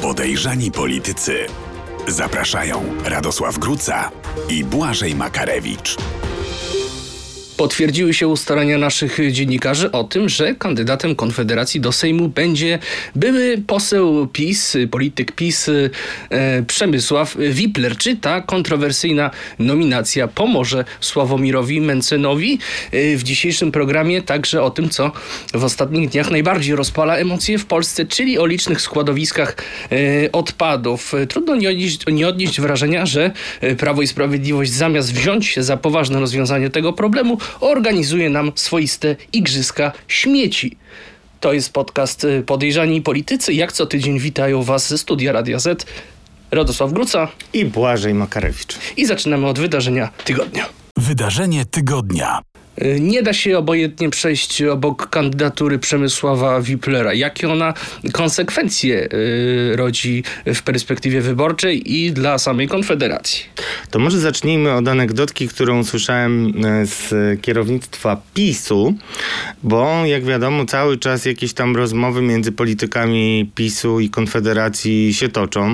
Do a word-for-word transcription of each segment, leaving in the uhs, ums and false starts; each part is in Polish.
Podejrzani politycy. Zapraszają Radosław Gruca i Błażej Makarewicz. Potwierdziły się ustalenia naszych dziennikarzy o tym, że kandydatem Konfederacji do Sejmu będzie były poseł PiS, polityk PiS e, Przemysław Wipler. Czy ta kontrowersyjna nominacja pomoże Sławomirowi Mentzenowi? E, w dzisiejszym programie także o tym, co w ostatnich dniach najbardziej rozpala emocje w Polsce, czyli o licznych składowiskach e, odpadów. Trudno nie odnieść, nie odnieść wrażenia, że Prawo i Sprawiedliwość zamiast wziąć się za poważne rozwiązanie tego problemu, organizuje nam swoiste igrzyska śmieci. To jest podcast Podejrzani Politycy. Jak co tydzień witają Was ze studia Radia Z Radosław Gruca i Błażej Makarewicz. I zaczynamy od wydarzenia tygodnia. Wydarzenie tygodnia. Nie da się obojętnie przejść obok kandydatury Przemysława Wiplera. Jakie ona konsekwencje yy, rodzi w perspektywie wyborczej i dla samej Konfederacji? To może zacznijmy od anegdotki, którą słyszałem z kierownictwa PiSu, bo jak wiadomo cały czas jakieś tam rozmowy między politykami PiSu i Konfederacji się toczą.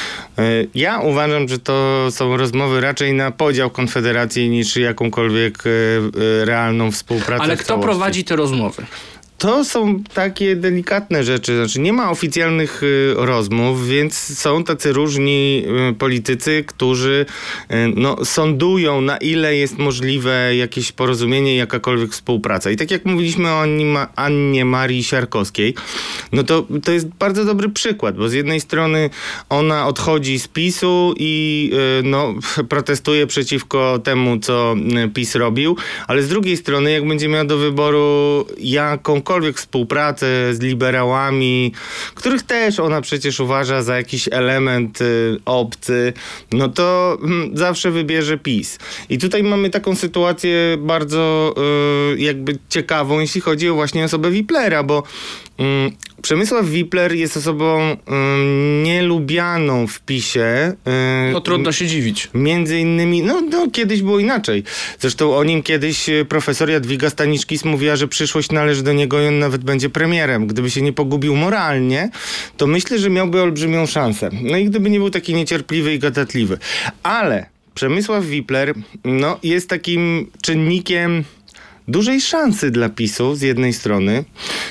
Ja uważam, że to są rozmowy raczej na podział Konfederacji niż jakąkolwiek realną współpracę. Ale kto prowadzi te rozmowy? To są takie delikatne rzeczy, znaczy nie ma oficjalnych y, rozmów, więc są tacy różni y, politycy, którzy y, no, sądują, na ile jest możliwe jakieś porozumienie, jakakolwiek współpraca. I tak jak mówiliśmy o Annie, Ma- Annie Marii Siarkowskiej, no to, to jest bardzo dobry przykład, bo z jednej strony ona odchodzi z PiSu i y, no, protestuje przeciwko temu, co PiS robił, ale z drugiej strony, jak będzie miała do wyboru jakąkolwiek współpracę z liberałami, których też ona przecież uważa za jakiś element y, obcy, no to mm, zawsze wybierze PiS. I tutaj mamy taką sytuację bardzo y, jakby ciekawą, jeśli chodzi o właśnie osobę Wiplera, bo y, Przemysław Wipler jest osobą y, nielubianą w PiSie. Y, no trudno się dziwić. Między innymi, no, no kiedyś było inaczej. Zresztą o nim kiedyś profesor Jadwiga Staniszkis mówiła, że przyszłość należy do niego i on nawet będzie premierem. Gdyby się nie pogubił moralnie, to myślę, że miałby olbrzymią szansę. No i gdyby nie był taki niecierpliwy i gadatliwy. Ale Przemysław Wipler, no, jest takim czynnikiem dużej szansy dla PiSu z jednej strony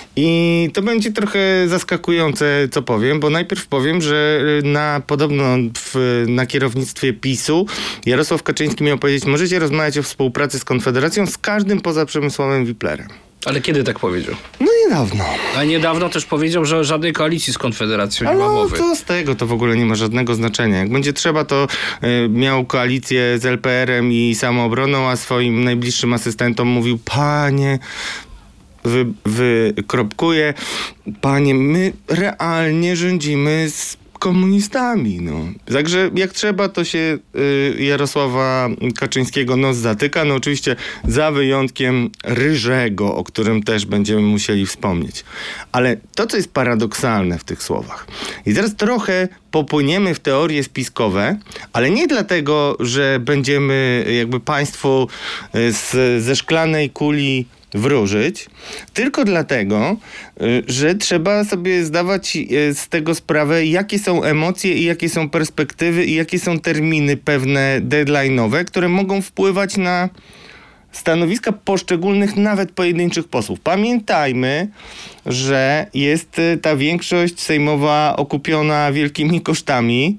i to będzie trochę zaskakujące, co powiem, bo najpierw powiem, że na podobno w, na kierownictwie PiSu Jarosław Kaczyński miał powiedzieć, możecie rozmawiać o współpracy z Konfederacją z każdym poza Przemysławem Wiplerem. Ale kiedy tak powiedział? No niedawno. A niedawno też powiedział, że żadnej koalicji z Konfederacją nie ma mowy. No co z tego, to w ogóle nie ma żadnego znaczenia. Jak będzie trzeba, to y, miał koalicję z L P R-em i Samoobroną, a swoim najbliższym asystentom mówił, panie, wy, wykropkuję, panie, my realnie rządzimy z komunistami, no. Także jak trzeba, to się y, Jarosława Kaczyńskiego nos zatyka. No oczywiście za wyjątkiem Ryżego, o którym też będziemy musieli wspomnieć. Ale to, co jest paradoksalne w tych słowach. I teraz trochę popłyniemy w teorie spiskowe, ale nie dlatego, że będziemy jakby państwu z, ze szklanej kuli wróżyć, tylko dlatego, że trzeba sobie zdawać z tego sprawę, jakie są emocje i jakie są perspektywy i jakie są terminy pewne deadline'owe, które mogą wpływać na stanowiska poszczególnych, nawet pojedynczych posłów. Pamiętajmy, że jest ta większość sejmowa okupiona wielkimi kosztami,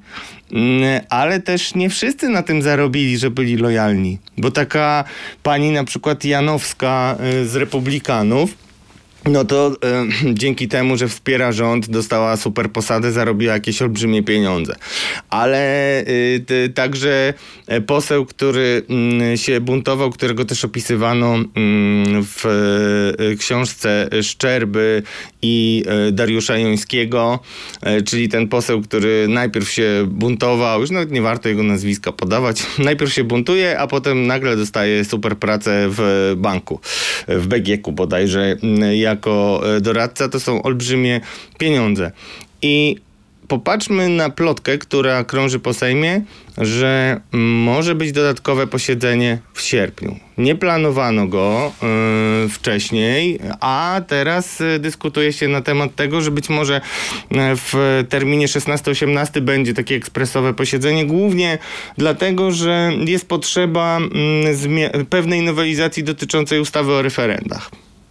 ale też nie wszyscy na tym zarobili, że byli lojalni. Bo taka pani na przykład Janowska z Republikanów, no to e, dzięki temu, że wspiera rząd, dostała super posadę, zarobiła jakieś olbrzymie pieniądze. Ale e, t, także poseł, który m, się buntował, którego też opisywano m, w e, książce Szczerby i e, Dariusza Jońskiego, e, czyli ten poseł, który najpierw się buntował, już nawet nie warto jego nazwiska podawać, najpierw się buntuje, a potem nagle dostaje super pracę w banku, w B G K-u bodajże, jako doradca, to są olbrzymie pieniądze. I popatrzmy na plotkę, która krąży po Sejmie, że może być dodatkowe posiedzenie w sierpniu. Nie planowano go yy, wcześniej, a teraz yy, dyskutuje się na temat tego, że być może yy, w terminie szesnasty osiemnasty będzie takie ekspresowe posiedzenie, głównie dlatego, że jest potrzeba yy, zmia- pewnej nowelizacji dotyczącej ustawy o referendach.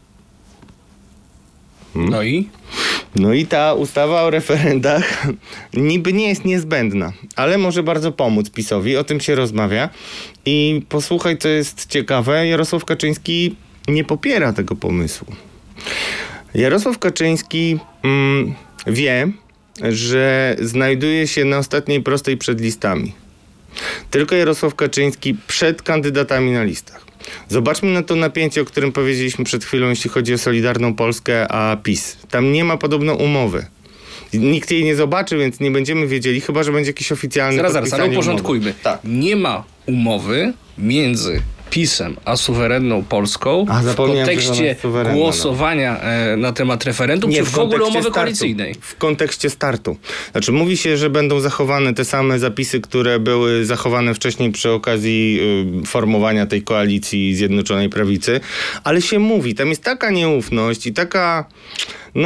No i? No i ta ustawa o referendach niby nie jest niezbędna, ale może bardzo pomóc PiS-owi, o tym się rozmawia. I posłuchaj, co jest ciekawe, Jarosław Kaczyński nie popiera tego pomysłu. Jarosław Kaczyński mm, wie, że znajduje się na ostatniej prostej przed listami. Tylko Jarosław Kaczyński przed kandydatami na listach. Zobaczmy na to napięcie, o którym powiedzieliśmy przed chwilą, jeśli chodzi o Solidarną Polskę, a PiS. Tam nie ma podobno umowy. Nikt jej nie zobaczy, więc nie będziemy wiedzieli, chyba że będzie jakiś oficjalny Zaraz, zaraz, ale uporządkujmy. Tak. Nie ma umowy między PiS-em a suwerenną Polską A, w kontekście głosowania no. na temat referendum, nie, czy w, w ogóle umowy startu, koalicyjnej? W kontekście startu. Znaczy mówi się, że będą zachowane te same zapisy, które były zachowane wcześniej przy okazji y, formowania tej koalicji Zjednoczonej Prawicy, ale się mówi, tam jest taka nieufność i taka... No,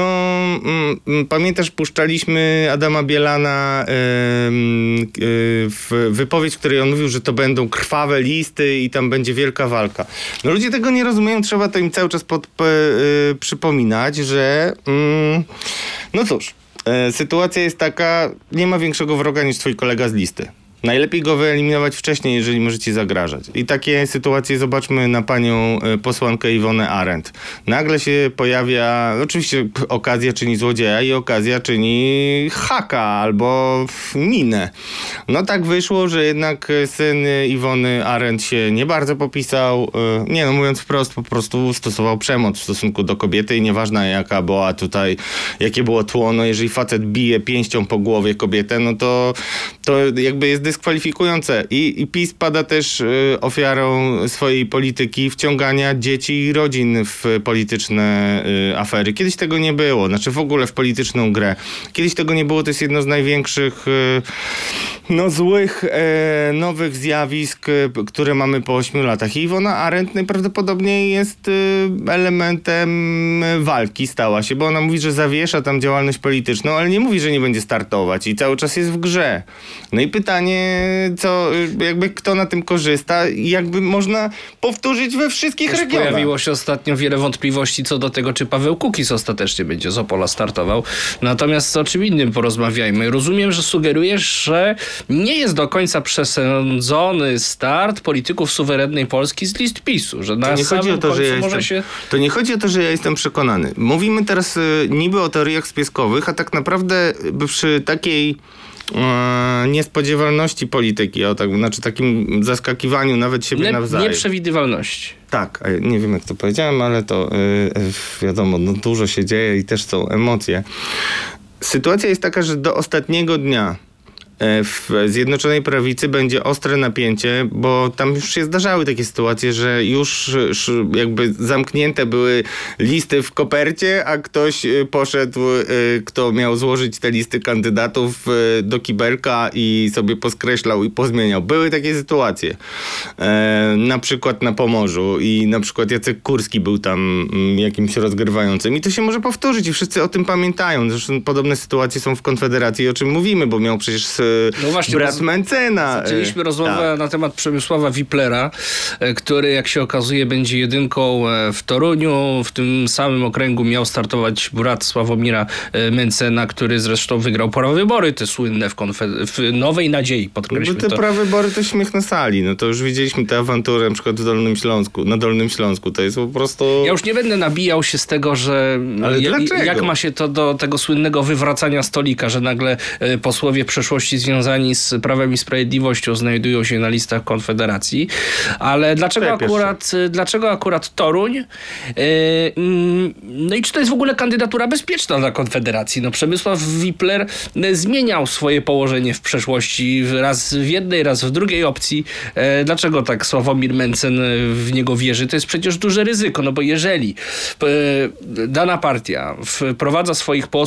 mm, pamiętasz, puszczaliśmy Adama Bielana yy, yy, w wypowiedź, w której on mówił, że to będą krwawe listy i tam będzie wielka walka. No ludzie tego nie rozumieją, trzeba to im cały czas pod, yy, przypominać, że yy, no cóż, yy, sytuacja jest taka, nie ma większego wroga niż twój kolega z listy. Najlepiej go wyeliminować wcześniej, jeżeli może ci zagrażać. I takie sytuacje zobaczmy na panią posłankę Iwonę Arendt. Nagle się pojawia, oczywiście okazja czyni złodzieja i okazja czyni haka albo minę. No tak wyszło, że jednak syn Iwony Arendt się nie bardzo popisał. Nie no, mówiąc wprost, po prostu stosował przemoc w stosunku do kobiety i nieważna jaka była tutaj, jakie było tło, no jeżeli facet bije pięścią po głowie kobietę, no to, to jakby jest dyskwalifikujące. I, i PiS pada też y, ofiarą swojej polityki wciągania dzieci i rodzin w polityczne y, afery. Kiedyś tego nie było, znaczy w ogóle w polityczną grę. Kiedyś tego nie było, to jest jedno z największych y, no złych y, nowych zjawisk, y, które mamy po ośmiu latach. I Iwona Arendt najprawdopodobniej jest y, elementem walki, stała się, bo ona mówi, że zawiesza tam działalność polityczną, ale nie mówi, że nie będzie startować i cały czas jest w grze. No i pytanie, co, jakby kto na tym korzysta i jakby można powtórzyć we wszystkich Też regionach. Pojawiło się ostatnio wiele wątpliwości co do tego, czy Paweł Kukiz ostatecznie będzie z Opola startował. Natomiast o czym innym porozmawiajmy. Rozumiem, że sugerujesz, że nie jest do końca przesądzony start polityków suwerennej Polski z list PiSu, że na to nie samym chodzi o to, końcu że ja może jestem, się... To nie chodzi o to, że ja jestem przekonany. Mówimy teraz y, niby o teoriach spieskowych, a tak naprawdę y, przy takiej e, niespodziewalności polityki, o tak, znaczy takim zaskakiwaniu nawet siebie Nie, nawzajem. Nieprzewidywalności. Tak, nie wiem jak to powiedziałem, ale to yy, wiadomo, no dużo się dzieje i też są emocje. Sytuacja jest taka, że do ostatniego dnia w Zjednoczonej Prawicy będzie ostre napięcie, bo tam już się zdarzały takie sytuacje, że już jakby zamknięte były listy w kopercie, a ktoś poszedł, kto miał złożyć te listy kandydatów do kibelka i sobie poskreślał i pozmieniał. Były takie sytuacje. E, na przykład na Pomorzu i na przykład Jacek Kurski był tam jakimś rozgrywającym i to się może powtórzyć i wszyscy o tym pamiętają. Zresztą podobne sytuacje są w Konfederacji, o czym mówimy, bo miał przecież no właśnie, brat Mencena. Zaczęliśmy rozmowę tak. na temat Przemysława Wiplera, który jak się okazuje będzie jedynką w Toruniu. W tym samym okręgu miał startować brat Sławomira Mencena, który zresztą wygrał prawybory te słynne w, konfe- w Nowej Nadziei, podkreślmy no te to. prawybory to śmiech na sali. No to już widzieliśmy tę awanturę na przykład w Dolnym Śląsku, na Dolnym Śląsku. To jest po prostu... Ja już nie będę nabijał się z tego, że Ale ja, dlaczego? jak ma się to do tego słynnego wywracania stolika, że nagle posłowie w przeszłości związani z Prawem i Sprawiedliwością znajdują się na listach Konfederacji. Ale dlaczego akurat, dlaczego akurat Toruń? Yy, no i czy to jest w ogóle kandydatura bezpieczna dla Konfederacji? No Przemysław Wipler zmieniał swoje położenie w przeszłości raz w jednej, raz w drugiej opcji. Yy, dlaczego tak Sławomir Mencen w niego wierzy? To jest przecież duże ryzyko, no bo jeżeli yy, dana partia wprowadza swoich posłów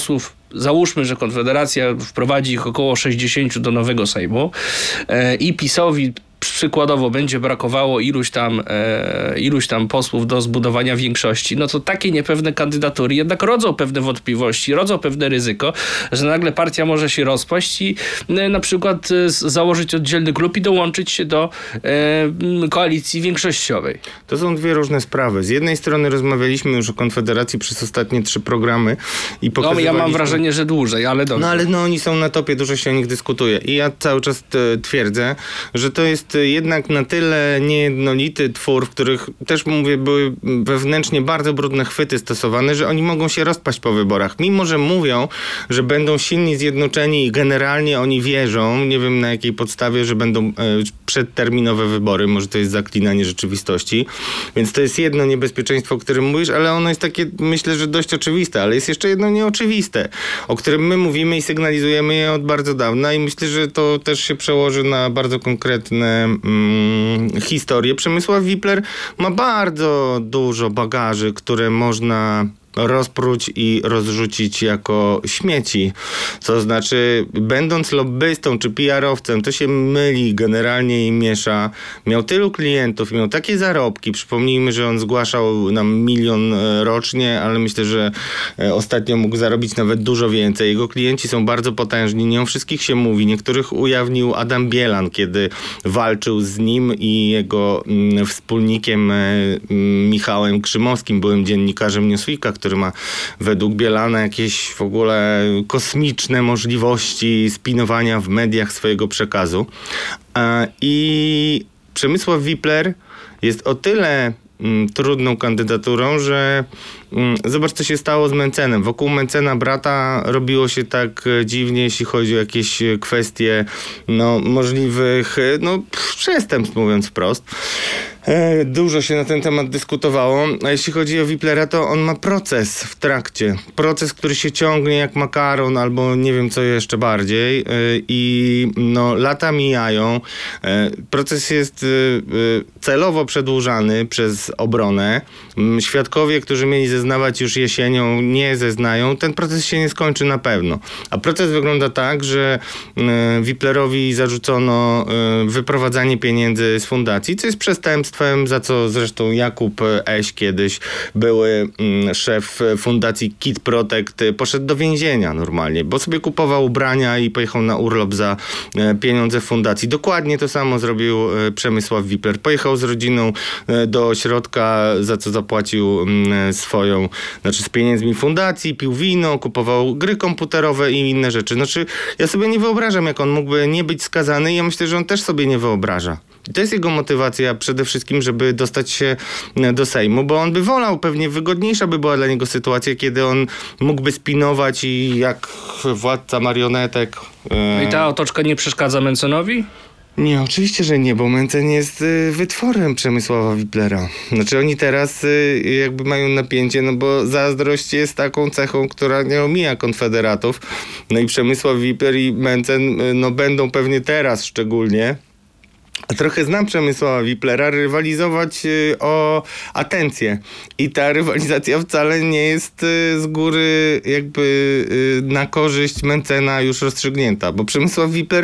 załóżmy, że Konfederacja wprowadzi ich około sześćdziesięciu do nowego Sejmu e, i PiS-owi przykładowo będzie brakowało iluś tam, e, iluś tam posłów do zbudowania większości, no to takie niepewne kandydatury jednak rodzą pewne wątpliwości, rodzą pewne ryzyko, że nagle partia może się rozpaść i e, na przykład e, założyć oddzielny klub i dołączyć się do e, koalicji większościowej. To są dwie różne sprawy. Z jednej strony rozmawialiśmy już o Konfederacji przez ostatnie trzy programy i pokazywaliśmy... No ja mam wrażenie, że dłużej, ale dobrze. No ale no oni są na topie, dużo się o nich dyskutuje i ja cały czas e, twierdzę, że to jest jednak na tyle niejednolity twór, w których też mówię, były wewnętrznie bardzo brudne chwyty stosowane, że oni mogą się rozpaść po wyborach. Mimo że mówią, że będą silni, zjednoczeni i generalnie oni wierzą, nie wiem na jakiej podstawie, że będą e, przedterminowe wybory, może to jest zaklinanie rzeczywistości. Więc to jest jedno niebezpieczeństwo, o którym mówisz, ale ono jest takie, myślę, że dość oczywiste, ale jest jeszcze jedno nieoczywiste, o którym my mówimy i sygnalizujemy je od bardzo dawna i myślę, że to też się przełoży na bardzo konkretne mm, historie. Przemysław Wipler ma bardzo dużo bagaży, które można rozpróć i rozrzucić jako śmieci. To znaczy, będąc lobbystą czy P R-owcem, to się myli generalnie i miesza. Miał tylu klientów, miał takie zarobki. Przypomnijmy, że on zgłaszał nam milion rocznie, ale myślę, że ostatnio mógł zarobić nawet dużo więcej. Jego klienci są bardzo potężni. Nie o wszystkich się mówi. Niektórych ujawnił Adam Bielan, kiedy walczył z nim i jego mm, wspólnikiem mm, Michałem Krzymowskim, byłym dziennikarzem Newsweeka, który ma według Bielana jakieś w ogóle kosmiczne możliwości spinowania w mediach swojego przekazu. I Przemysław Wipler jest o tyle mm, trudną kandydaturą, że mm, zobacz, co się stało z Mencenem. Wokół Mencena brata robiło się tak dziwnie, jeśli chodzi o jakieś kwestie no, możliwych no, przestępstw, mówiąc wprost. E, dużo się na ten temat dyskutowało, a jeśli chodzi o Wiplera, to on ma proces w trakcie. Proces, który się ciągnie jak makaron, albo nie wiem co jeszcze bardziej. E, I no, lata mijają. E, proces jest e, celowo przedłużany przez obronę. Świadkowie, którzy mieli zeznawać już jesienią, nie zeznają. Ten proces się nie skończy na pewno. A proces wygląda tak, że e, Wiplerowi zarzucono e, wyprowadzanie pieniędzy z fundacji, co jest przestępstwem, za co zresztą Jakub Eś, kiedyś były mm, szef fundacji Kid Protect, poszedł do więzienia normalnie, bo sobie kupował ubrania i pojechał na urlop za e, pieniądze fundacji. Dokładnie to samo zrobił e, Przemysław Wipler. Pojechał z rodziną e, do ośrodka, za co zapłacił mm, swoją, znaczy z pieniędzmi fundacji, pił wino, kupował gry komputerowe i inne rzeczy. Znaczy, ja sobie nie wyobrażam, jak on mógłby nie być skazany i ja myślę, że on też sobie nie wyobraża. I to jest jego motywacja przede wszystkim, żeby dostać się do Sejmu, bo on by wolał, pewnie wygodniejsza by była dla niego sytuacja, kiedy on mógłby spinować i jak władca marionetek... E... I ta otoczka nie przeszkadza Mencenowi? Nie, oczywiście, że nie, bo Mencen jest y, wytworem Przemysława Wiplera. Znaczy oni teraz y, jakby mają napięcie, no bo zazdrość jest taką cechą, która nie omija konfederatów. No i Przemysław Wipler i Mencen y, no będą pewnie teraz szczególnie, a trochę znam Przemysława Wiplera, rywalizować y, o atencję. I ta rywalizacja wcale nie jest y, z góry jakby y, na korzyść Mencena już rozstrzygnięta, bo Przemysław Wipler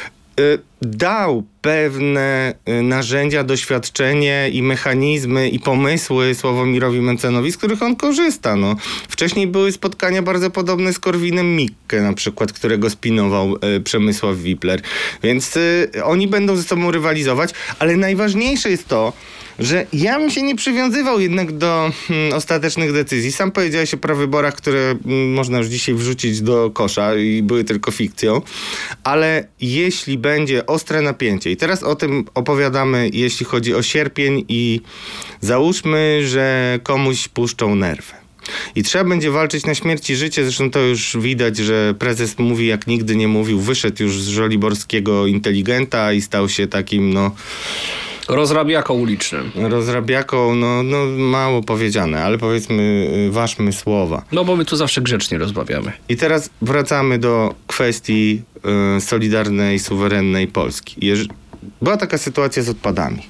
y, dał pewne y, narzędzia, doświadczenie i mechanizmy i pomysły Sławomirowi Mencenowi, z których on korzysta. No. Wcześniej były spotkania bardzo podobne z Korwinem Mikke na przykład, którego spinował y, Przemysław Wipler. Więc y, oni będą ze sobą rywalizować, ale najważniejsze jest to, że ja bym się nie przywiązywał jednak do hmm, ostatecznych decyzji. Sam powiedziałeś o prawyborach, które hmm, można już dzisiaj wrzucić do kosza i były tylko fikcją, ale jeśli będzie ostre napięcie i teraz o tym opowiadamy, jeśli chodzi o sierpień i załóżmy, że komuś puszczą nerwy. I trzeba będzie walczyć na śmierć i życie. Zresztą to już widać, że prezes mówi jak nigdy nie mówił. Wyszedł już z żoliborskiego inteligenta i stał się takim, no... Rozrabiaką ulicznym. Rozrabiaką, no, no mało powiedziane, ale powiedzmy, ważmy słowa. No bo my tu zawsze grzecznie rozmawiamy. I teraz wracamy do kwestii y, solidarnej, suwerennej Polski. Jeż... Była taka sytuacja z odpadami.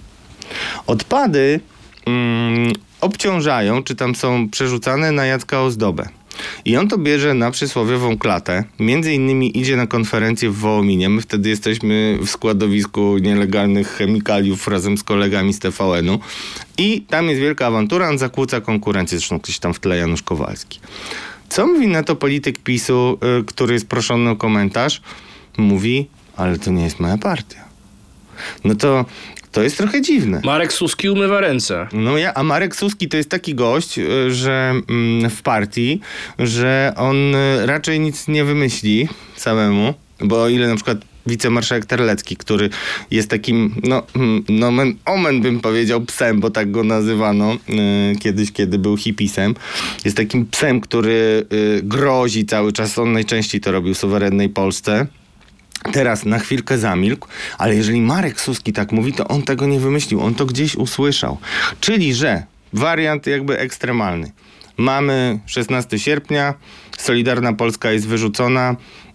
Odpady y, obciążają, czy tam są przerzucane na Jacka Ozdobę. I on to bierze na przysłowiową klatę. Między innymi idzie na konferencję w Wołominie. My wtedy jesteśmy w składowisku nielegalnych chemikaliów razem z kolegami z T V N-u. I tam jest wielka awantura, on zakłóca konkurencję. Zresztą ktoś tam w tle, Janusz Kowalski. Co mówi na to polityk PiSu, yy, który jest proszony o komentarz? Mówi, ale to nie jest moja partia. No to to jest trochę dziwne. Marek Suski umywa ręce. No ja, a Marek Suski to jest taki gość, y, że mm, w partii, że on y, raczej nic nie wymyśli samemu, bo o ile na przykład wicemarszałek Terlecki, który jest takim, no, nomen omen bym powiedział, psem, bo tak go nazywano yy, kiedyś, kiedy był hipisem. Jest takim psem, który yy, grozi cały czas. On najczęściej to robił w suwerennej Polsce. Teraz na chwilkę zamilkł, ale jeżeli Marek Suski tak mówi, to on tego nie wymyślił. On to gdzieś usłyszał. Czyli, że wariant jakby ekstremalny. Mamy szesnastego sierpnia, Solidarna Polska jest wyrzucona,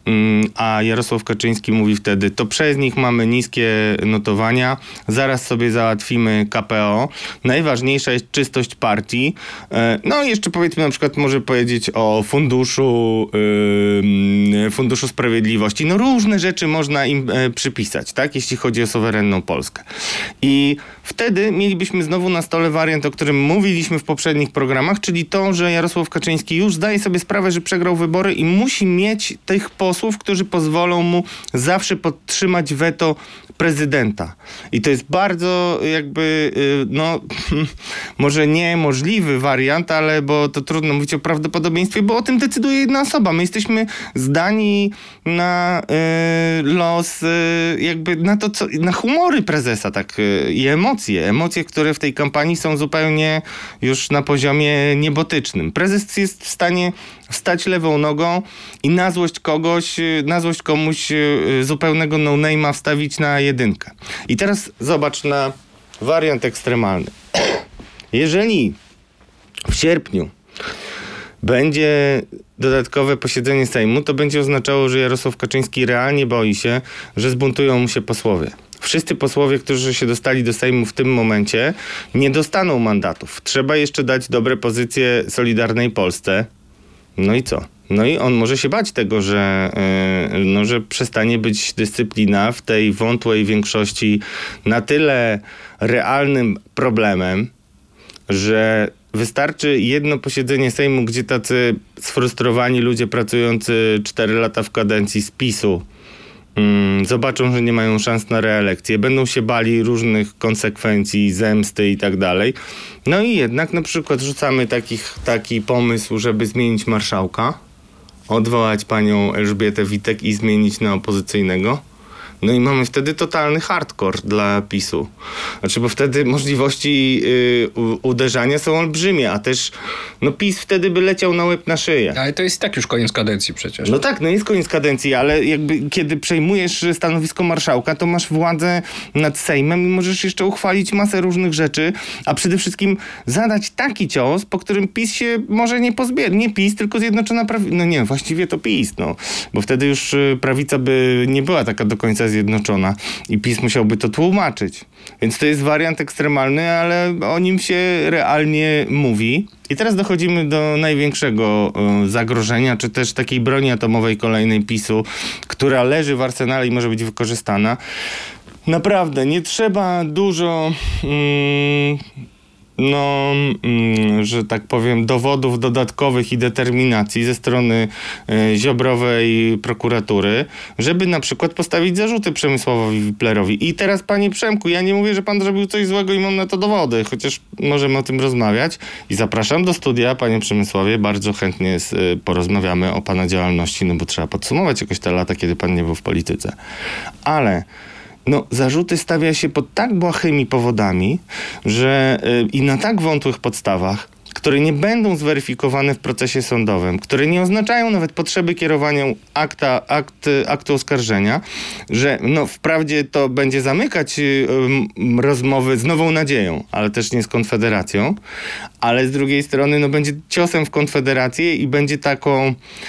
a Jarosław Kaczyński mówi wtedy, to przez nich mamy niskie notowania, zaraz sobie załatwimy K P O. Najważniejsza jest czystość partii. No i jeszcze powiedzmy na przykład może powiedzieć o funduszu yy, Funduszu Sprawiedliwości. No różne rzeczy można im yy, przypisać, tak? Jeśli chodzi o suwerenną Polskę. I wtedy mielibyśmy znowu na stole wariant, o którym mówiliśmy w poprzednich programach, czyli to, że Jarosław Kaczyński już zdaje sobie sprawę, że przegrał wybory i musi mieć tych posłów, którzy pozwolą mu zawsze podtrzymać weto prezydenta. I to jest bardzo jakby, no, może niemożliwy wariant, ale bo to trudno mówić o prawdopodobieństwie, bo o tym decyduje jedna osoba. My jesteśmy zdani na y, los, y, jakby na to, co, na humory prezesa, tak, y, i emocje. Emocje, które w tej kampanii są zupełnie już na poziomie niebotycznym. Prezes jest w stanie wstać lewą nogą i na złość kogoś, na złość komuś zupełnego no-name'a wstawić na jedynkę. I teraz zobacz na wariant ekstremalny. Jeżeli w sierpniu będzie dodatkowe posiedzenie Sejmu, to będzie oznaczało, że Jarosław Kaczyński realnie boi się, że zbuntują mu się posłowie. Wszyscy posłowie, którzy się dostali do Sejmu w tym momencie, nie dostaną mandatów. Trzeba jeszcze dać dobre pozycje Solidarnej Polsce. No i co? No i on może się bać tego, że, yy, no, że przestanie być dyscyplina w tej wątłej większości na tyle realnym problemem, że wystarczy jedno posiedzenie Sejmu, gdzie tacy sfrustrowani ludzie pracujący cztery lata w kadencji z PiSu mm, zobaczą, że nie mają szans na reelekcję, będą się bali różnych konsekwencji, zemsty i tak dalej. No i jednak na przykład rzucamy takich, taki pomysł, żeby zmienić marszałka, odwołać panią Elżbietę Witek i zmienić na opozycyjnego. No i mamy wtedy totalny hardcore dla PiSu. Znaczy, bo wtedy możliwości yy, uderzania są olbrzymie, a też no PiS wtedy by leciał na łeb na szyję. Ale to jest tak już koniec kadencji przecież. No tak, no jest koniec kadencji, ale jakby kiedy przejmujesz stanowisko marszałka, to masz władzę nad Sejmem i możesz jeszcze uchwalić masę różnych rzeczy, a przede wszystkim zadać taki cios, po którym PiS się może nie pozbiera. Nie PiS, tylko Zjednoczona Prawica. No nie, właściwie to PiS, no. Bo wtedy już prawica by nie była taka do końca zjednoczona i PiS musiałby to tłumaczyć. Więc to jest wariant ekstremalny, ale o nim się realnie mówi. I teraz dochodzimy do największego y, zagrożenia, czy też takiej broni atomowej kolejnej PiSu, która leży w arsenale i może być wykorzystana. Naprawdę, nie trzeba dużo... Mm, no, mm, że tak powiem, dowodów dodatkowych i determinacji ze strony y, Ziobrowej prokuratury, żeby na przykład postawić zarzuty Przemysławowi Wiplerowi. I teraz, panie Przemku, ja nie mówię, że pan zrobił coś złego i mam na to dowody, chociaż możemy o tym rozmawiać. I zapraszam do studia, panie Przemysławie, bardzo chętnie z, y, porozmawiamy o pana działalności, no bo trzeba podsumować jakoś te lata, kiedy pan nie był w polityce. Ale... No, zarzuty stawia się pod tak błahymi powodami, że yy, i na tak wątłych podstawach, które nie będą zweryfikowane w procesie sądowym, które nie oznaczają nawet potrzeby kierowania akta, akt, aktu oskarżenia, że no wprawdzie to będzie zamykać yy, rozmowy z Nową Nadzieją, ale też nie z Konfederacją, ale z drugiej strony no będzie ciosem w Konfederację i będzie taką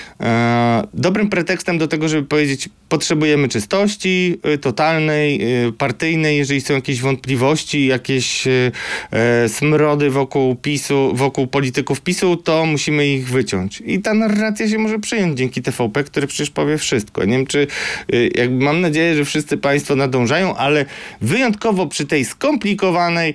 e, dobrym pretekstem do tego, żeby powiedzieć, potrzebujemy czystości y, totalnej, y, partyjnej, jeżeli są jakieś wątpliwości, jakieś y, y, smrody wokół PiSu, wokół u polityków PiSu, to musimy ich wyciąć. I ta narracja się może przyjąć dzięki T V P, który przecież powie wszystko. Nie wiem, czy jakby mam nadzieję, że wszyscy państwo nadążają, ale wyjątkowo przy tej skomplikowanej,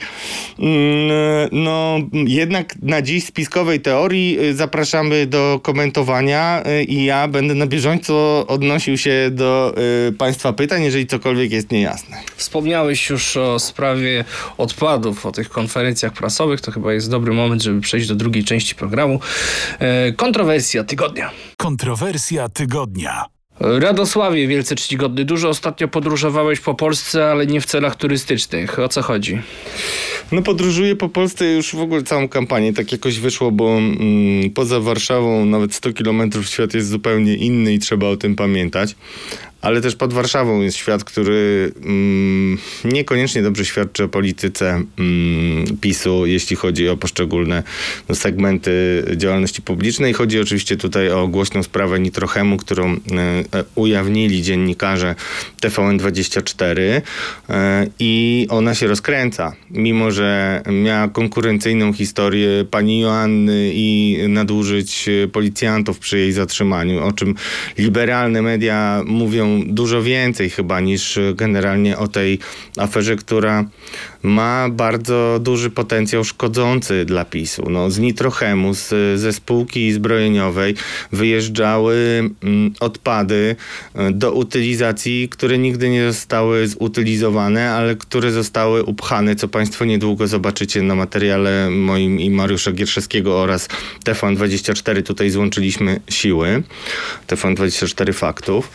no jednak na dziś spiskowej teorii zapraszamy do komentowania i ja będę na bieżąco odnosił się do państwa pytań, jeżeli cokolwiek jest niejasne. Wspomniałeś już o sprawie odpadów, o tych konferencjach prasowych. To chyba jest dobry moment, żeby przejść do drugiej części programu. E, kontrowersja tygodnia. Kontrowersja tygodnia. Radosławie, wielce czcigodny, dużo ostatnio podróżowałeś po Polsce, ale nie w celach turystycznych. O co chodzi? No podróżuję po Polsce już w ogóle całą kampanię. Tak jakoś wyszło, bo mm, poza Warszawą nawet sto kilometrów świat jest zupełnie inny i trzeba o tym pamiętać. Ale też pod Warszawą jest świat, który mm, niekoniecznie dobrze świadczy o polityce mm, PiSu, jeśli chodzi o poszczególne no, segmenty działalności publicznej. Chodzi oczywiście tutaj o głośną sprawę Nitrochemu, którą e, ujawnili dziennikarze T V N dwadzieścia cztery e, i ona się rozkręca. Mimo że miała konkurencyjną historię pani Joanny i nadużyć policjantów przy jej zatrzymaniu, o czym liberalne media mówią dużo więcej chyba niż generalnie o tej aferze, która ma bardzo duży potencjał szkodzący dla PiSu. No, z Nitrochemu, z, ze spółki zbrojeniowej wyjeżdżały mm, odpady do utylizacji, które nigdy nie zostały zutylizowane, ale które zostały upchane, co państwo niedługo zobaczycie na materiale moim i Mariusza Gierszewskiego oraz T V N dwadzieścia cztery. Tutaj złączyliśmy siły. T V N dwadzieścia cztery faktów.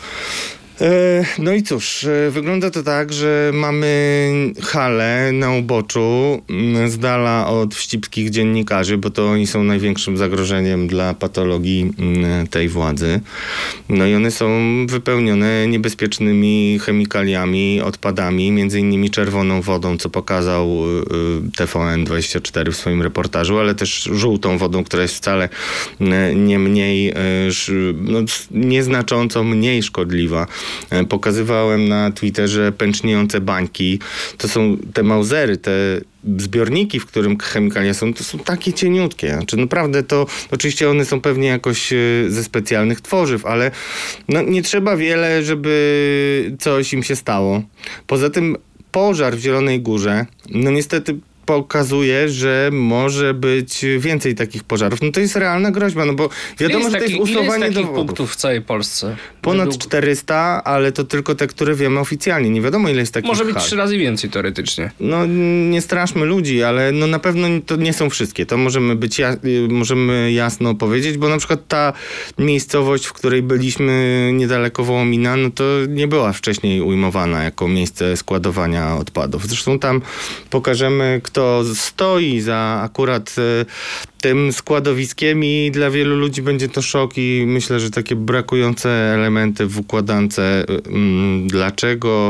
No i cóż, wygląda to tak, że mamy halę na uboczu z dala od wścibskich dziennikarzy, bo to oni są największym zagrożeniem dla patologii tej władzy. No i one są wypełnione niebezpiecznymi chemikaliami, odpadami, między innymi czerwoną wodą, co pokazał T V N dwadzieścia cztery w swoim reportażu, ale też żółtą wodą, która jest wcale nie mniej, no, nieznacząco mniej szkodliwa. Pokazywałem na Twitterze pęczniejące bańki. To są te mauzery, te zbiorniki, w którym chemikalia są, to są takie cieniutkie. Znaczy naprawdę to, oczywiście one są pewnie jakoś ze specjalnych tworzyw, ale no, nie trzeba wiele, żeby coś im się stało. Poza tym pożar w Zielonej Górze, no niestety pokazuje, że może być więcej takich pożarów. No to jest realna groźba, no bo wiadomo, jest że to taki, jest usuwanie ile jest takich dowodów. punktów w całej Polsce? Ponad Według... czterysta, ale to tylko te, które wiemy oficjalnie. Nie wiadomo, ile jest takich Może być hal. trzy razy więcej teoretycznie. No nie straszmy ludzi, ale no na pewno to nie są wszystkie. To możemy być ja- możemy jasno powiedzieć, bo na przykład ta miejscowość, w której byliśmy niedaleko Wołomina, no to nie była wcześniej ujmowana jako miejsce składowania odpadów. Zresztą tam pokażemy, kto stoi za akurat tym składowiskiem i dla wielu ludzi będzie to szok i myślę, że takie brakujące elementy w układance. Dlaczego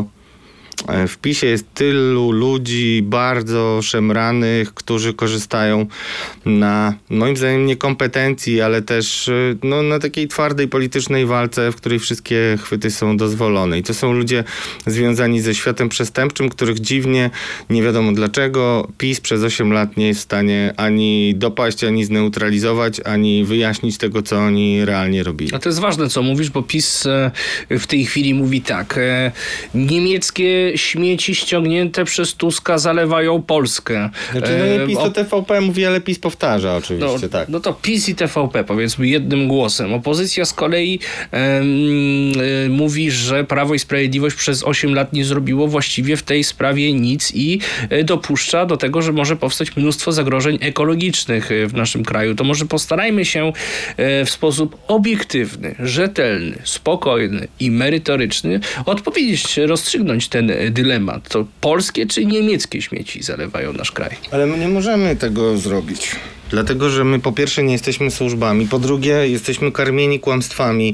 w PiSie jest tylu ludzi bardzo szemranych, którzy korzystają na, moim zdaniem, niekompetencji, ale też no, na takiej twardej politycznej walce, w której wszystkie chwyty są dozwolone. I to są ludzie związani ze światem przestępczym, których dziwnie, nie wiadomo dlaczego, PiS przez osiem lat nie jest w stanie ani dopaść, ani zneutralizować, ani wyjaśnić tego, co oni realnie robili. A to jest ważne, co mówisz, bo PiS w tej chwili mówi tak. Niemieckie śmieci ściągnięte przez Tuska zalewają Polskę. Znaczy, no nie PiS to T V P mówi, ale PiS powtarza oczywiście, no, tak. No to PiS i T V P, powiedzmy jednym głosem. Opozycja z kolei e, e, mówi, że Prawo i Sprawiedliwość przez osiem lat nie zrobiło właściwie w tej sprawie nic i e, dopuszcza do tego, że może powstać mnóstwo zagrożeń ekologicznych w naszym kraju. To może postarajmy się e, w sposób obiektywny, rzetelny, spokojny i merytoryczny odpowiedzieć, rozstrzygnąć ten dylemat. To polskie czy niemieckie śmieci zalewają nasz kraj? Ale my nie możemy tego zrobić. Dlatego, że my po pierwsze nie jesteśmy służbami, po drugie jesteśmy karmieni kłamstwami,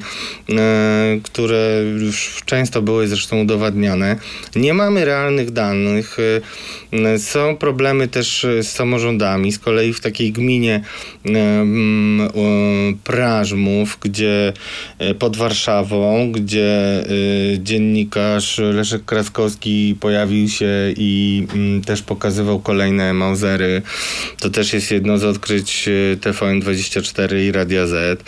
e, które już często były zresztą udowadniane. Nie mamy realnych danych. E, są problemy też z samorządami. Z kolei w takiej gminie e, m, o, Prażmów, gdzie e, pod Warszawą, gdzie e, dziennikarz Leszek Kraskowski pojawił się i m, też pokazywał kolejne mauzery. To też jest jedno z odkryć odkryć T V N dwadzieścia cztery i Radia Z.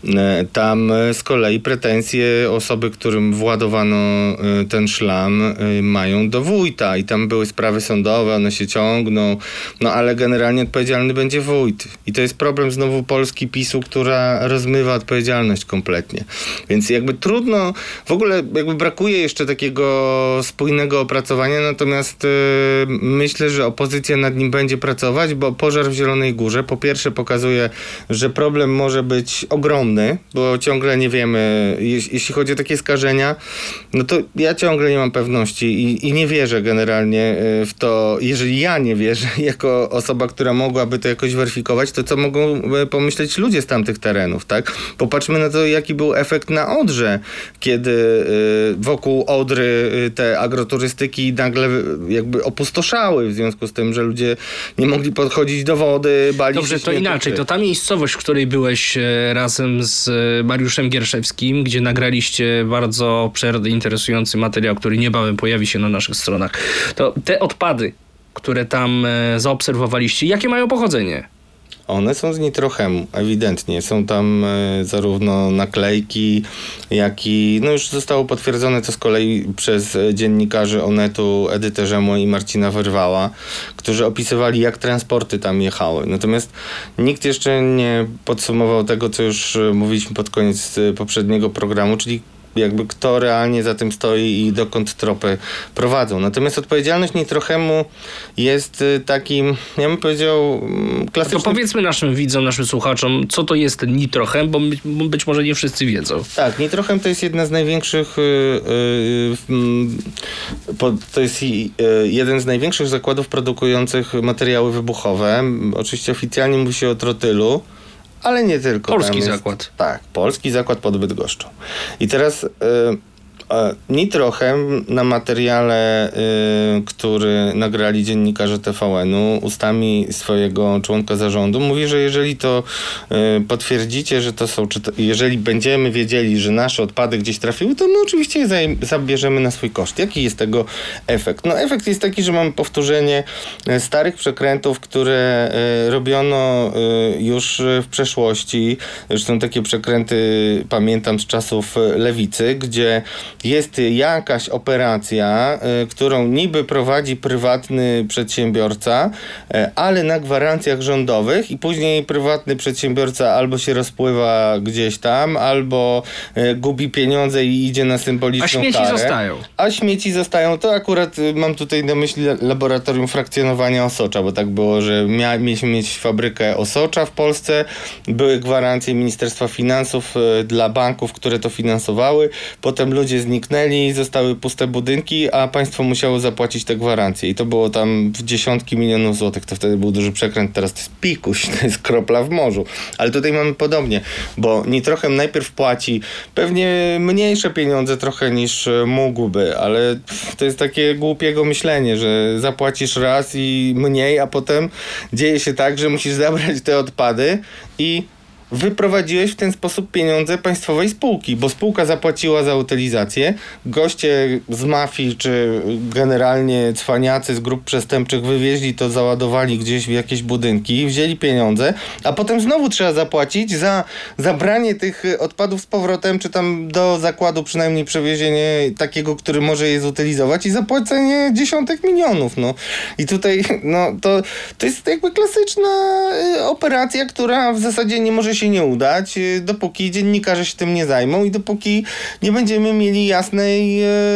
Tam z kolei pretensje osoby, którym władowano ten szlam, mają do wójta i tam były sprawy sądowe, one się ciągną, no ale generalnie odpowiedzialny będzie wójt. I to jest problem znowu Polski PiSu, która rozmywa odpowiedzialność kompletnie. Więc jakby trudno, w ogóle jakby brakuje jeszcze takiego spójnego opracowania, natomiast yy, myślę, że opozycja nad nim będzie pracować, bo pożar w Zielonej Górze po pierwsze pokazuje, że problem może być ogromny, bo ciągle nie wiemy, jeśli, jeśli chodzi o takie skażenia, no to ja ciągle nie mam pewności i, i nie wierzę generalnie w to, jeżeli ja nie wierzę jako osoba, która mogłaby to jakoś weryfikować, to co mogą pomyśleć ludzie z tamtych terenów, tak? Popatrzmy na to, jaki był efekt na Odrze, kiedy y, wokół Odry y, te agroturystyki nagle jakby opustoszały w związku z tym, że ludzie nie mogli podchodzić do wody, bali Dobrze, się to inaczej. To ta miejscowość, w której byłeś e, razem z e, Mariuszem Gierszewskim, gdzie nagraliście bardzo obszerny, interesujący materiał, który niebawem pojawi się na naszych stronach, to te odpady, które tam e, zaobserwowaliście, jakie mają pochodzenie? One są z nitrochemu, ewidentnie. Są tam e, zarówno naklejki, jak i, no już zostało potwierdzone to z kolei przez dziennikarzy Onetu, Edytę Rzemło i Marcina Wyrwała, którzy opisywali, jak transporty tam jechały. Natomiast nikt jeszcze nie podsumował tego, co już mówiliśmy pod koniec poprzedniego programu, czyli jakby kto realnie za tym stoi i dokąd tropy prowadzą. Natomiast odpowiedzialność nitrochemu jest takim, ja bym powiedział, klasycznym... To powiedzmy naszym widzom, naszym słuchaczom, co to jest ten nitrochem, bo być, być może nie wszyscy wiedzą. Tak, nitrochem to jest jedna z największych yy, yy, po, to jest yy, jeden z największych zakładów produkujących materiały wybuchowe. Oczywiście oficjalnie mówi się o trotylu, ale nie tylko. Polski jest, zakład. Tak, polski zakład pod Bydgoszczą. I teraz y, y, nitrochem na materiale, y, który nagrali dziennikarze T V N-u ustami swojego członka zarządu, mówi, że jeżeli to y, potwierdzicie, że to są, czy to, jeżeli będziemy wiedzieli, że nasze odpady gdzieś trafiły, to my oczywiście je zaj- zabierzemy na swój koszt. Jaki jest tego efekt? No efekt jest taki, że mamy powtórzenie starych przekrętów, które y, robiono y, już w przeszłości. Zresztą takie przekręty pamiętam z czasów lewicy, gdzie jest jakaś operacja, y, którą niby prowadzi prywatny przedsiębiorca, y, ale na gwarancjach rządowych i później prywatny przedsiębiorca albo się rozpływa gdzieś tam, albo y, gubi pieniądze i idzie na symboliczną karę. A śmieci karę. zostają. A śmieci zostają. To akurat y, mam tutaj na myśli laboratorium frakcjonowania osocza, bo tak było, że mia- mieliśmy mieć fabrykę osocza w Polsce, były gwarancje Ministerstwa Finansów y, dla banków, które to finansowały, potem ludzie zniknęli, zostały puste budynki, a państwo musiało zapłacić te gwarancje i to było tam w dziesiątki milionów złotych, to wtedy był duży przekręt, teraz to jest pikuś, to jest kropla w morzu. Ale tutaj mamy podobnie, bo nitrochem najpierw płaci pewnie mniejsze pieniądze trochę niż mógłby, ale to jest takie głupiego myślenie, że zapłacisz raz i mniej, a potem dzieje się tak, że musisz zabrać te odpady i wyprowadziłeś w ten sposób pieniądze państwowej spółki, bo spółka zapłaciła za utylizację, goście z mafii czy generalnie cwaniacy z grup przestępczych wywieźli to, załadowali gdzieś w jakieś budynki, wzięli pieniądze, a potem znowu trzeba zapłacić za zabranie tych odpadów z powrotem, czy tam do zakładu przynajmniej przewiezienie takiego, który może je zutylizować i zapłacenie dziesiątek milionów, no. I tutaj, no, to, to jest jakby klasyczna y, operacja, która w zasadzie nie może się nie udać, dopóki dziennikarze się tym nie zajmą i dopóki nie będziemy mieli jasnej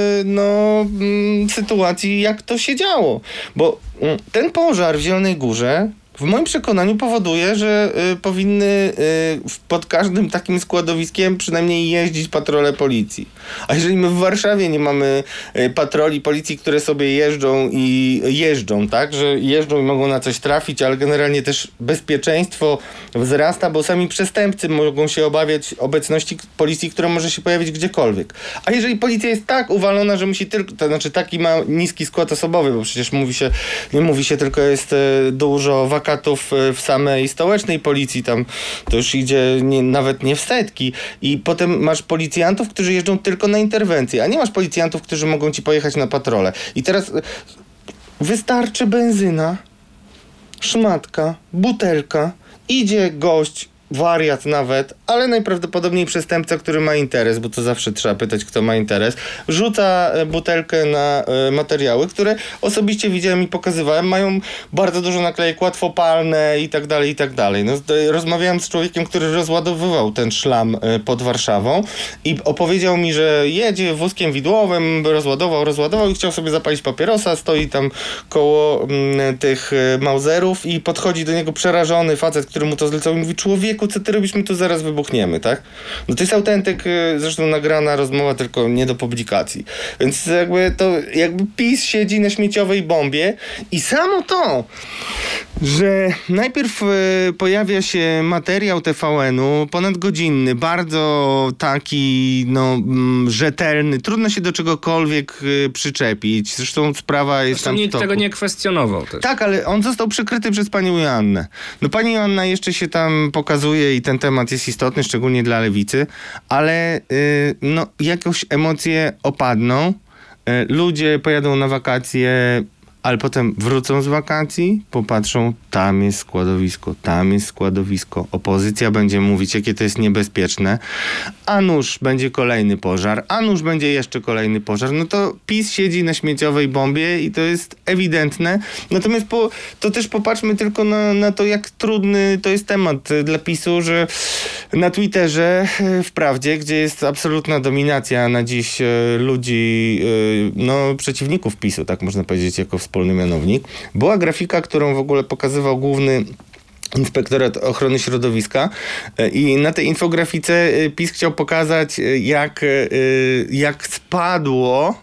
no, sytuacji, jak to się działo. Bo ten pożar w Zielonej Górze w moim przekonaniu powoduje, że y, powinny y, pod każdym takim składowiskiem przynajmniej jeździć patrole policji. A jeżeli my w Warszawie nie mamy y, patroli policji, które sobie jeżdżą i jeżdżą, tak, że jeżdżą i mogą na coś trafić, ale generalnie też bezpieczeństwo wzrasta, bo sami przestępcy mogą się obawiać obecności policji, która może się pojawić gdziekolwiek. A jeżeli policja jest tak uwalona, że musi tylko, to znaczy taki ma niski skład osobowy, bo przecież mówi się, nie mówi się tylko jest y, dużo wakacji w samej stołecznej policji, tam to już idzie nie, nawet nie w setki i potem masz policjantów, którzy jeżdżą tylko na interwencję, a nie masz policjantów, którzy mogą ci pojechać na patrolę. I teraz wystarczy benzyna, szmatka, butelka idzie gość, wariat nawet, ale najprawdopodobniej przestępca, który ma interes, bo to zawsze trzeba pytać, kto ma interes, rzuca butelkę na y, materiały, które osobiście widziałem i pokazywałem, mają bardzo dużo naklejek łatwopalne i tak dalej, i tak dalej. No, rozmawiałem z człowiekiem, który rozładowywał ten szlam y, pod Warszawą i opowiedział mi, że jedzie wózkiem widłowym, rozładował, rozładował i chciał sobie zapalić papierosa, stoi tam koło y, tych y, Mauserów i podchodzi do niego przerażony facet, który mu to zlecał i mówi: człowiek, co ty robisz, my tu zaraz wybuchniemy, tak? No to jest autentyk, zresztą nagrana rozmowa, tylko nie do publikacji. Więc jakby to, jakby PiS siedzi na śmieciowej bombie i samo to, że najpierw y, pojawia się materiał T V N-u, ponadgodzinny, bardzo taki, no, mm, rzetelny, trudno się do czegokolwiek y, przyczepić. Zresztą sprawa jest Zresztą tam w nikt toku. tego nie kwestionował też. Tak, ale on został przykryty przez panią Joannę. No pani Joanna jeszcze się tam pokazuje i ten temat jest istotny, szczególnie dla lewicy, ale y, no jakoś emocje opadną, y, ludzie pojadą na wakacje, ale potem wrócą z wakacji, popatrzą, tam jest składowisko, tam jest składowisko. Opozycja będzie mówić, jakie to jest niebezpieczne, a nuż będzie kolejny pożar, a nuż będzie jeszcze kolejny pożar. No to PiS siedzi na śmieciowej bombie i to jest ewidentne. Natomiast po, to też popatrzmy tylko na, na to, jak trudny to jest temat dla PiSu, że na Twitterze, wprawdzie, gdzie jest absolutna dominacja na dziś ludzi, no przeciwników PiSu, tak można powiedzieć, jako wspólny mianownik, była grafika, którą w ogóle pokazywał główny Inspektorat Ochrony Środowiska i na tej infografice PiS chciał pokazać, jak, jak spadło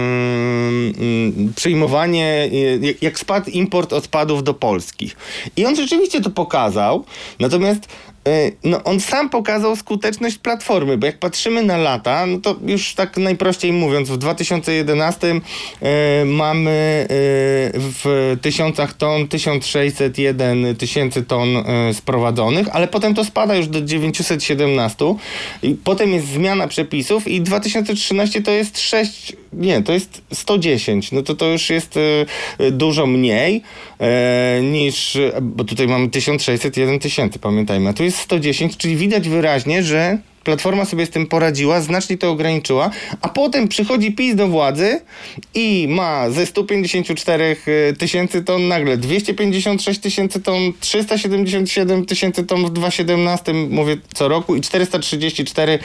przyjmowanie, jak, jak spadł import odpadów do Polski. I on rzeczywiście to pokazał, natomiast no, on sam pokazał skuteczność Platformy, bo jak patrzymy na lata, no to już tak najprościej mówiąc, w dwa tysiące jedenastym e, mamy e, w tysiącach ton tysiąc sześćset jeden tysięcy ton e, sprowadzonych, ale potem to spada już do dziewięćset siedemnaście i potem jest zmiana przepisów i dwa tysiące trzynasty to jest sześć, nie, to jest sto dziesięć, no to to już jest e, dużo mniej e, niż, bo tutaj mamy tysiąc sześćset jeden tysięcy, pamiętajmy, a tu jest sto dziesięć, czyli widać wyraźnie, że Platforma sobie z tym poradziła, znacznie to ograniczyła, a potem przychodzi PiS do władzy i ma ze sto pięćdziesiąt cztery tysięcy ton nagle dwieście pięćdziesiąt sześć tysięcy ton, trzysta siedemdziesiąt siedem tysięcy ton w dwa tysiące siedemnastym, mówię co roku, i czterysta trzydzieści cztery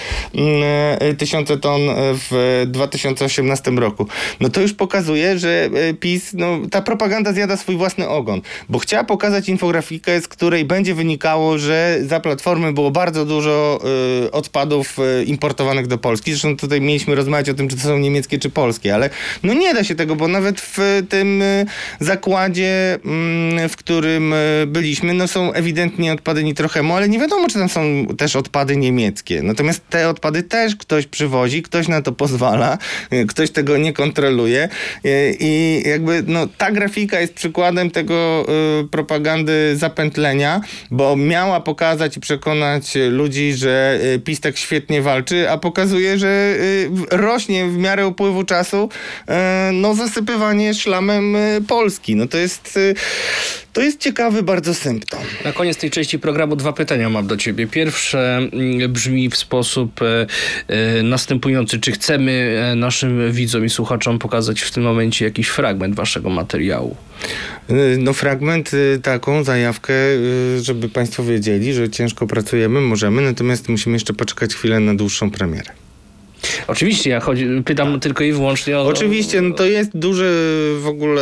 tysiące ton w dwa tysiące osiemnastym roku. No to już pokazuje, że PiS, no ta propaganda zjada swój własny ogon, bo chciała pokazać infografikę, z której będzie wynikało, że za Platformy było bardzo dużo y, odpadów y, importowanych do Polski. Zresztą tutaj mieliśmy rozmawiać o tym, czy to są niemieckie, czy polskie, ale no nie da się tego, bo nawet w tym y, zakładzie, y, w którym y, byliśmy, no są ewidentnie odpady Nitrochemu, ale nie wiadomo, czy tam są też odpady niemieckie. Natomiast te odpady też ktoś przywozi, ktoś na to pozwala, y, ktoś tego nie kontroluje y, i jakby no ta grafika jest przykładem tego y, propagandy zapętlenia, bo miała pokazać i przekonać ludzi, że y, PiS tak świetnie walczy, a pokazuje, że y, rośnie w miarę upływu czasu y, no zasypywanie szlamem y, Polski. No to jest y, to jest ciekawy bardzo symptom. Na koniec tej części programu dwa pytania mam do ciebie. Pierwsze brzmi w sposób e, e, następujący. Czy chcemy e, naszym widzom i słuchaczom pokazać w tym momencie jakiś fragment waszego materiału? No fragment, taką zajawkę, żeby państwo wiedzieli, że ciężko pracujemy, możemy, natomiast musimy jeszcze poczekać chwilę na dłuższą premierę. Oczywiście, ja chodzi, pytam tylko i wyłącznie o... Oczywiście, no to jest duże w ogóle,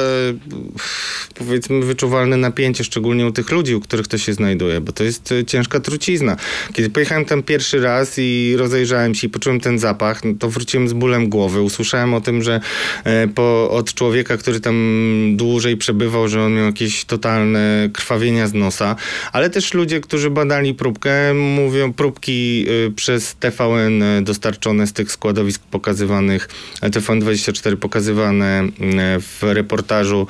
powiedzmy, wyczuwalne napięcie, szczególnie u tych ludzi, u których to się znajduje, bo to jest ciężka trucizna. Kiedy pojechałem tam pierwszy raz i rozejrzałem się i poczułem ten zapach, no to wróciłem z bólem głowy. Usłyszałem o tym, że po, od człowieka, który tam dłużej przebywał, że on miał jakieś totalne krwawienia z nosa, ale też ludzie, którzy badali próbkę, mówią, próbki przez T V N dostarczone z tych tych składowisk pokazywanych, T V N dwadzieścia cztery pokazywane w reportażu,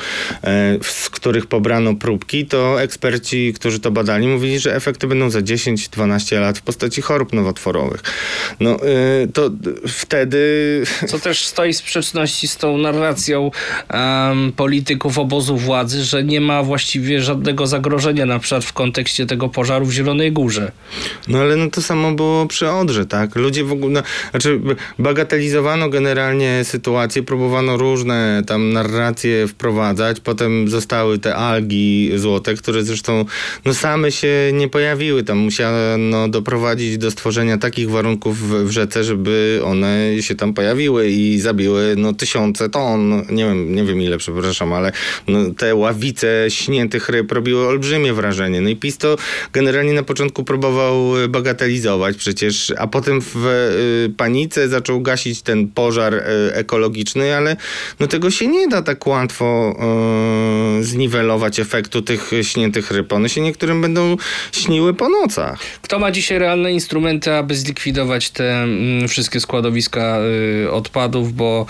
z których pobrano próbki, to eksperci, którzy to badali, mówili, że efekty będą za dziesięć do dwunastu lat w postaci chorób nowotworowych. No to wtedy... Co też stoi w sprzeczności z tą narracją um, polityków obozu władzy, że nie ma właściwie żadnego zagrożenia, na przykład w kontekście tego pożaru w Zielonej Górze. No ale no to samo było przy Odrze, tak? Ludzie w ogóle, no, znaczy bagatelizowano generalnie sytuację, próbowano różne tam narracje wprowadzać, potem zostały te algi złote, które zresztą no same się nie pojawiły. Tam musiano doprowadzić do stworzenia takich warunków w, w rzece, żeby one się tam pojawiły i zabiły no tysiące ton, nie wiem, nie wiem ile, przepraszam, ale no, te ławice śniętych ryb robiły olbrzymie wrażenie. No i PiS to generalnie na początku próbował bagatelizować przecież, a potem w y, panice zaczął gasić ten pożar y, ekologiczny, ale no tego się nie da tak łatwo y, zniwelować efektu tych śniętych ryb. One się niektórym będą śniły po nocach. Kto ma dzisiaj realne instrumenty, aby zlikwidować te mm, wszystkie składowiska y, odpadów, bo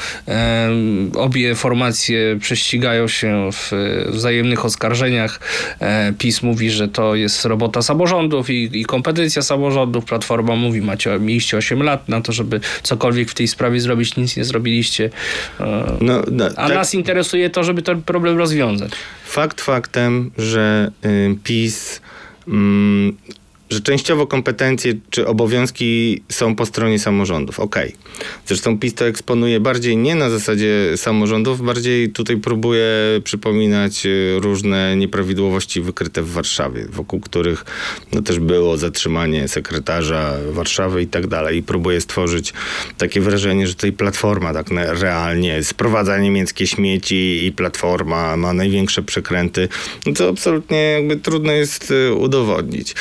y, obie formacje prześcigają się w y, wzajemnych oskarżeniach. E, PiS mówi, że to jest robota samorządów i, i kompetencja samorządów. Platforma mówi, macie, mieliście osiem lat na to, żeby cokolwiek w tej sprawie zrobić, nic nie zrobiliście. E, no, no, a tak, nas interesuje to, żeby ten problem rozwiązać. Fakt faktem, że y, PiS... Mm, że częściowo kompetencje czy obowiązki są po stronie samorządów. Okej. Okay. Zresztą PiS to eksponuje bardziej nie na zasadzie samorządów, bardziej tutaj próbuje przypominać różne nieprawidłowości wykryte w Warszawie, wokół których no, też było zatrzymanie sekretarza Warszawy i tak dalej. I próbuje stworzyć takie wrażenie, że tutaj Platforma tak realnie sprowadza niemieckie śmieci i Platforma ma największe przekręty, co absolutnie jakby trudno jest udowodnić.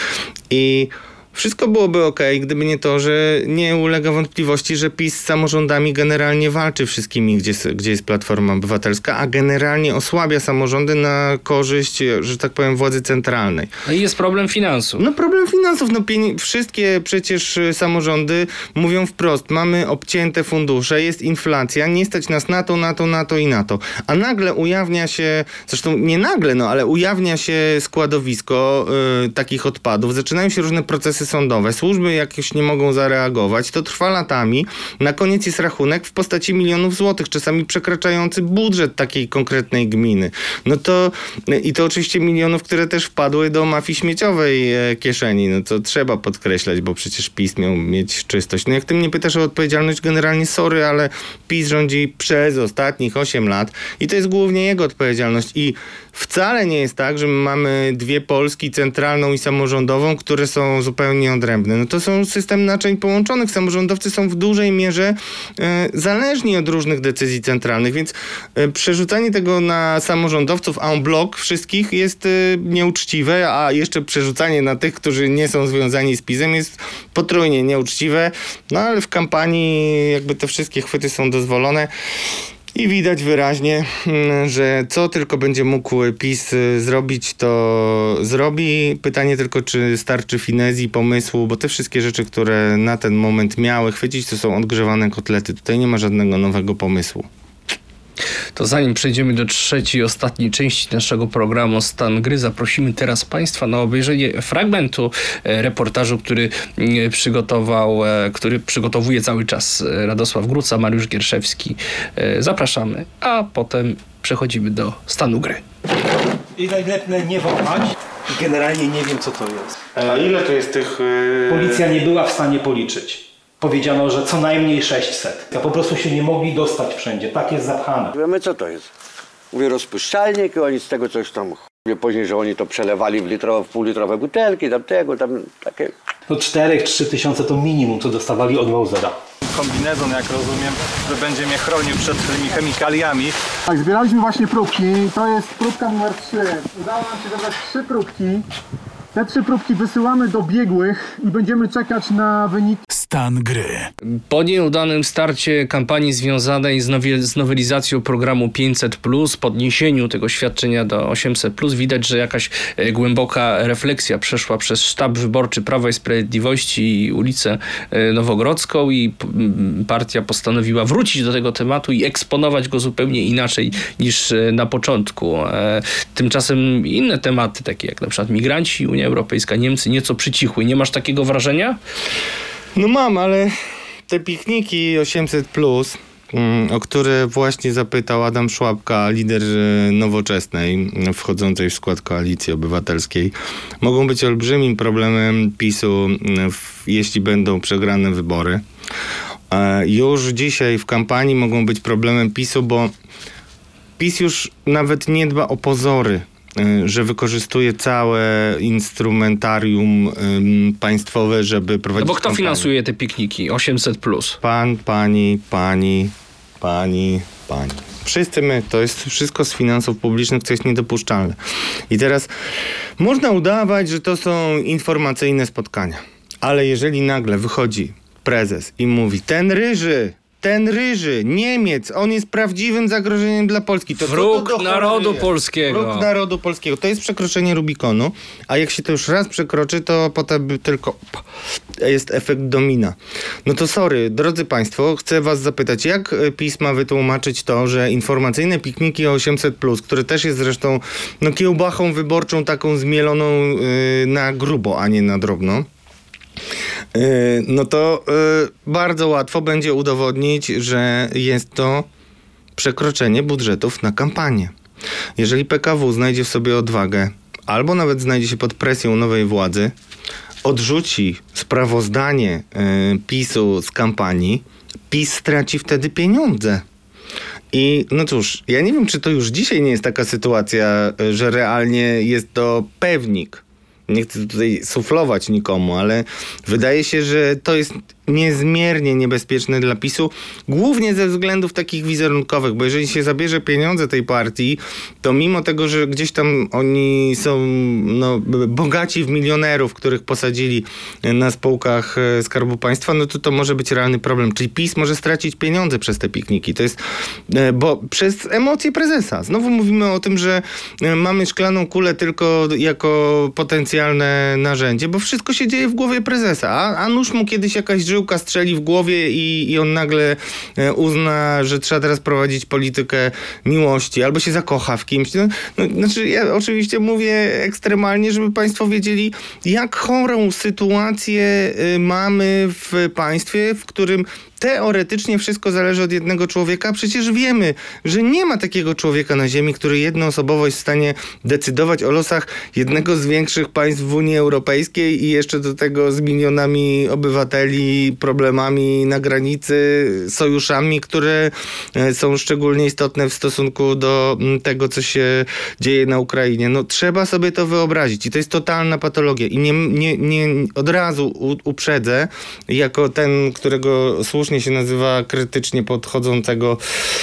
I wszystko byłoby okej, gdyby nie to, że nie ulega wątpliwości, że PiS z samorządami generalnie walczy wszystkimi, gdzie, gdzie jest Platforma Obywatelska, a generalnie osłabia samorządy na korzyść, że tak powiem, władzy centralnej. No i jest problem finansów. No problem finansów. No pieni- wszystkie przecież samorządy mówią wprost, mamy obcięte fundusze, jest inflacja, nie stać nas na to, na to, na to i na to. A nagle ujawnia się, zresztą nie nagle, no ale ujawnia się składowisko y, takich odpadów, zaczynają się różne procesy sądowe, służby jakieś nie mogą zareagować, to trwa latami, na koniec jest rachunek w postaci milionów złotych, czasami przekraczający budżet takiej konkretnej gminy. No to i to oczywiście milionów, które też wpadły do mafii śmieciowej e, kieszeni, no to trzeba podkreślać, bo przecież PiS miał mieć czystość. No jak ty mnie pytasz o odpowiedzialność, generalnie sorry, ale PiS rządzi przez ostatnich osiem lat i to jest głównie jego odpowiedzialność i wcale nie jest tak, że my mamy dwie Polski, centralną i samorządową, które są zupełnie odrębne. No to są systemy naczyń połączonych. Samorządowcy są w dużej mierze e, zależni od różnych decyzji centralnych, więc e, przerzucanie tego na samorządowców en bloc wszystkich jest e, nieuczciwe, a jeszcze przerzucanie na tych, którzy nie są związani z PiS-em jest potrójnie nieuczciwe. No ale w kampanii jakby te wszystkie chwyty są dozwolone. I widać wyraźnie, że co tylko będzie mógł PiS zrobić, to zrobi. Pytanie tylko, czy starczy finezji, pomysłu, bo te wszystkie rzeczy, które na ten moment miały chwycić, to są odgrzewane kotlety. Tutaj nie ma żadnego nowego pomysłu. To zanim przejdziemy do trzeciej, ostatniej części naszego programu Stan Gry, zaprosimy teraz Państwa na obejrzenie fragmentu reportażu, który przygotował, który przygotowuje cały czas Radosław Gruca, Mariusz Gierszewski. Zapraszamy, a potem przechodzimy do Stanu Gry. I najlepiej nie wąchać. Generalnie nie wiem, co to jest. A ile to jest tych... Yy... Policja nie była w stanie policzyć. Powiedziano, że co najmniej sześćset. A po prostu się nie mogli dostać wszędzie. Tak jest zapchane. Wiemy, co to jest. Mówię, rozpuszczalnik i oni z tego coś tam... Mówię później, że oni to przelewali w, litro, w półlitrowe butelki, tam tego, tam takie... No cztery trzy tysiące to minimum, co dostawali od Mausera. Kombinezon, jak rozumiem, że będzie mnie chronił przed tymi chemikaliami. Tak, zbieraliśmy właśnie próbki. To jest próbka numer trzy. Udało nam się zebrać trzy próbki. Te trzy próbki wysyłamy do biegłych i będziemy czekać na wyniki. Stan gry. Po nieudanym starcie kampanii związanej z, nowi- z nowelizacją programu pięćset plus, podniesieniu tego świadczenia do osiemset plus, widać, że jakaś e, głęboka refleksja przeszła przez sztab wyborczy Prawa i Sprawiedliwości i ulicę e, Nowogrodzką i p- m, partia postanowiła wrócić do tego tematu i eksponować go zupełnie inaczej niż e, na początku. E, tymczasem inne tematy, takie jak na przykład migranci, Unia Europejska, Niemcy, nieco przycichły. Nie masz takiego wrażenia? No mam, ale te pikniki osiemset plus, o które właśnie zapytał Adam Szłapka, lider Nowoczesnej, wchodzącej w skład Koalicji Obywatelskiej, mogą być olbrzymim problemem PiSu, jeśli będą przegrane wybory. Już dzisiaj w kampanii mogą być problemem PiSu, bo PiS już nawet nie dba o pozory, że wykorzystuje całe instrumentarium ym, państwowe, żeby prowadzić No bo kto kampanię. finansuje te pikniki? osiemset plus. Pan, pani, pani, pani, pani. Wszyscy my. To jest wszystko z finansów publicznych, co jest niedopuszczalne. I teraz można udawać, że to są informacyjne spotkania. Ale jeżeli nagle wychodzi prezes i mówi, ten ryży, ten ryży, Niemiec, on jest prawdziwym zagrożeniem dla Polski. To Wróg co to do narodu cholery jest? polskiego. Wróg narodu polskiego. To jest przekroczenie Rubikonu, a jak się to już raz przekroczy, to potem tylko jest efekt domina. No to sorry, drodzy państwo, chcę was zapytać, jak PiS ma wytłumaczyć to, że informacyjne pikniki osiemset plus, które też jest zresztą no, kiełbachą wyborczą taką zmieloną yy, na grubo, a nie na drobno, no to y, bardzo łatwo będzie udowodnić, że jest to przekroczenie budżetów na kampanię. Jeżeli P K W znajdzie w sobie odwagę, albo nawet znajdzie się pod presją nowej władzy, odrzuci sprawozdanie y, PiSu z kampanii, PiS straci wtedy pieniądze. I no cóż, ja nie wiem, czy to już dzisiaj nie jest taka sytuacja, że realnie jest to pewnik. Nie chcę tutaj suflować nikomu, ale wydaje się, że to jest niezmiernie niebezpieczne dla PiSu, głównie ze względów takich wizerunkowych, bo jeżeli się zabierze pieniądze tej partii, to mimo tego, że gdzieś tam oni są no, bogaci w milionerów, których posadzili na spółkach Skarbu Państwa, no to to może być realny problem. Czyli PiS może stracić pieniądze przez te pikniki. To jest, bo przez emocje prezesa. Znowu mówimy o tym, że mamy szklaną kulę tylko jako potencjalne narzędzie, bo wszystko się dzieje w głowie prezesa, a, a nuż mu kiedyś jakaś żyłka strzeli w głowie i, i on nagle uzna, że trzeba teraz prowadzić politykę miłości, albo się zakocha w kimś. No, no, znaczy ja oczywiście mówię ekstremalnie, żeby państwo wiedzieli, jak chorą sytuację mamy w państwie, w którym teoretycznie wszystko zależy od jednego człowieka. Przecież wiemy, że nie ma takiego człowieka na ziemi, który jednoosobowo jest w stanie decydować o losach jednego z większych państw w Unii Europejskiej i jeszcze do tego z milionami obywateli, problemami na granicy, sojuszami, które są szczególnie istotne w stosunku do tego, co się dzieje na Ukrainie. No trzeba sobie to wyobrazić i to jest totalna patologia. I nie, nie, nie od razu u, uprzedzę, jako ten, którego słusznie się nazywa krytycznie podchodzącego,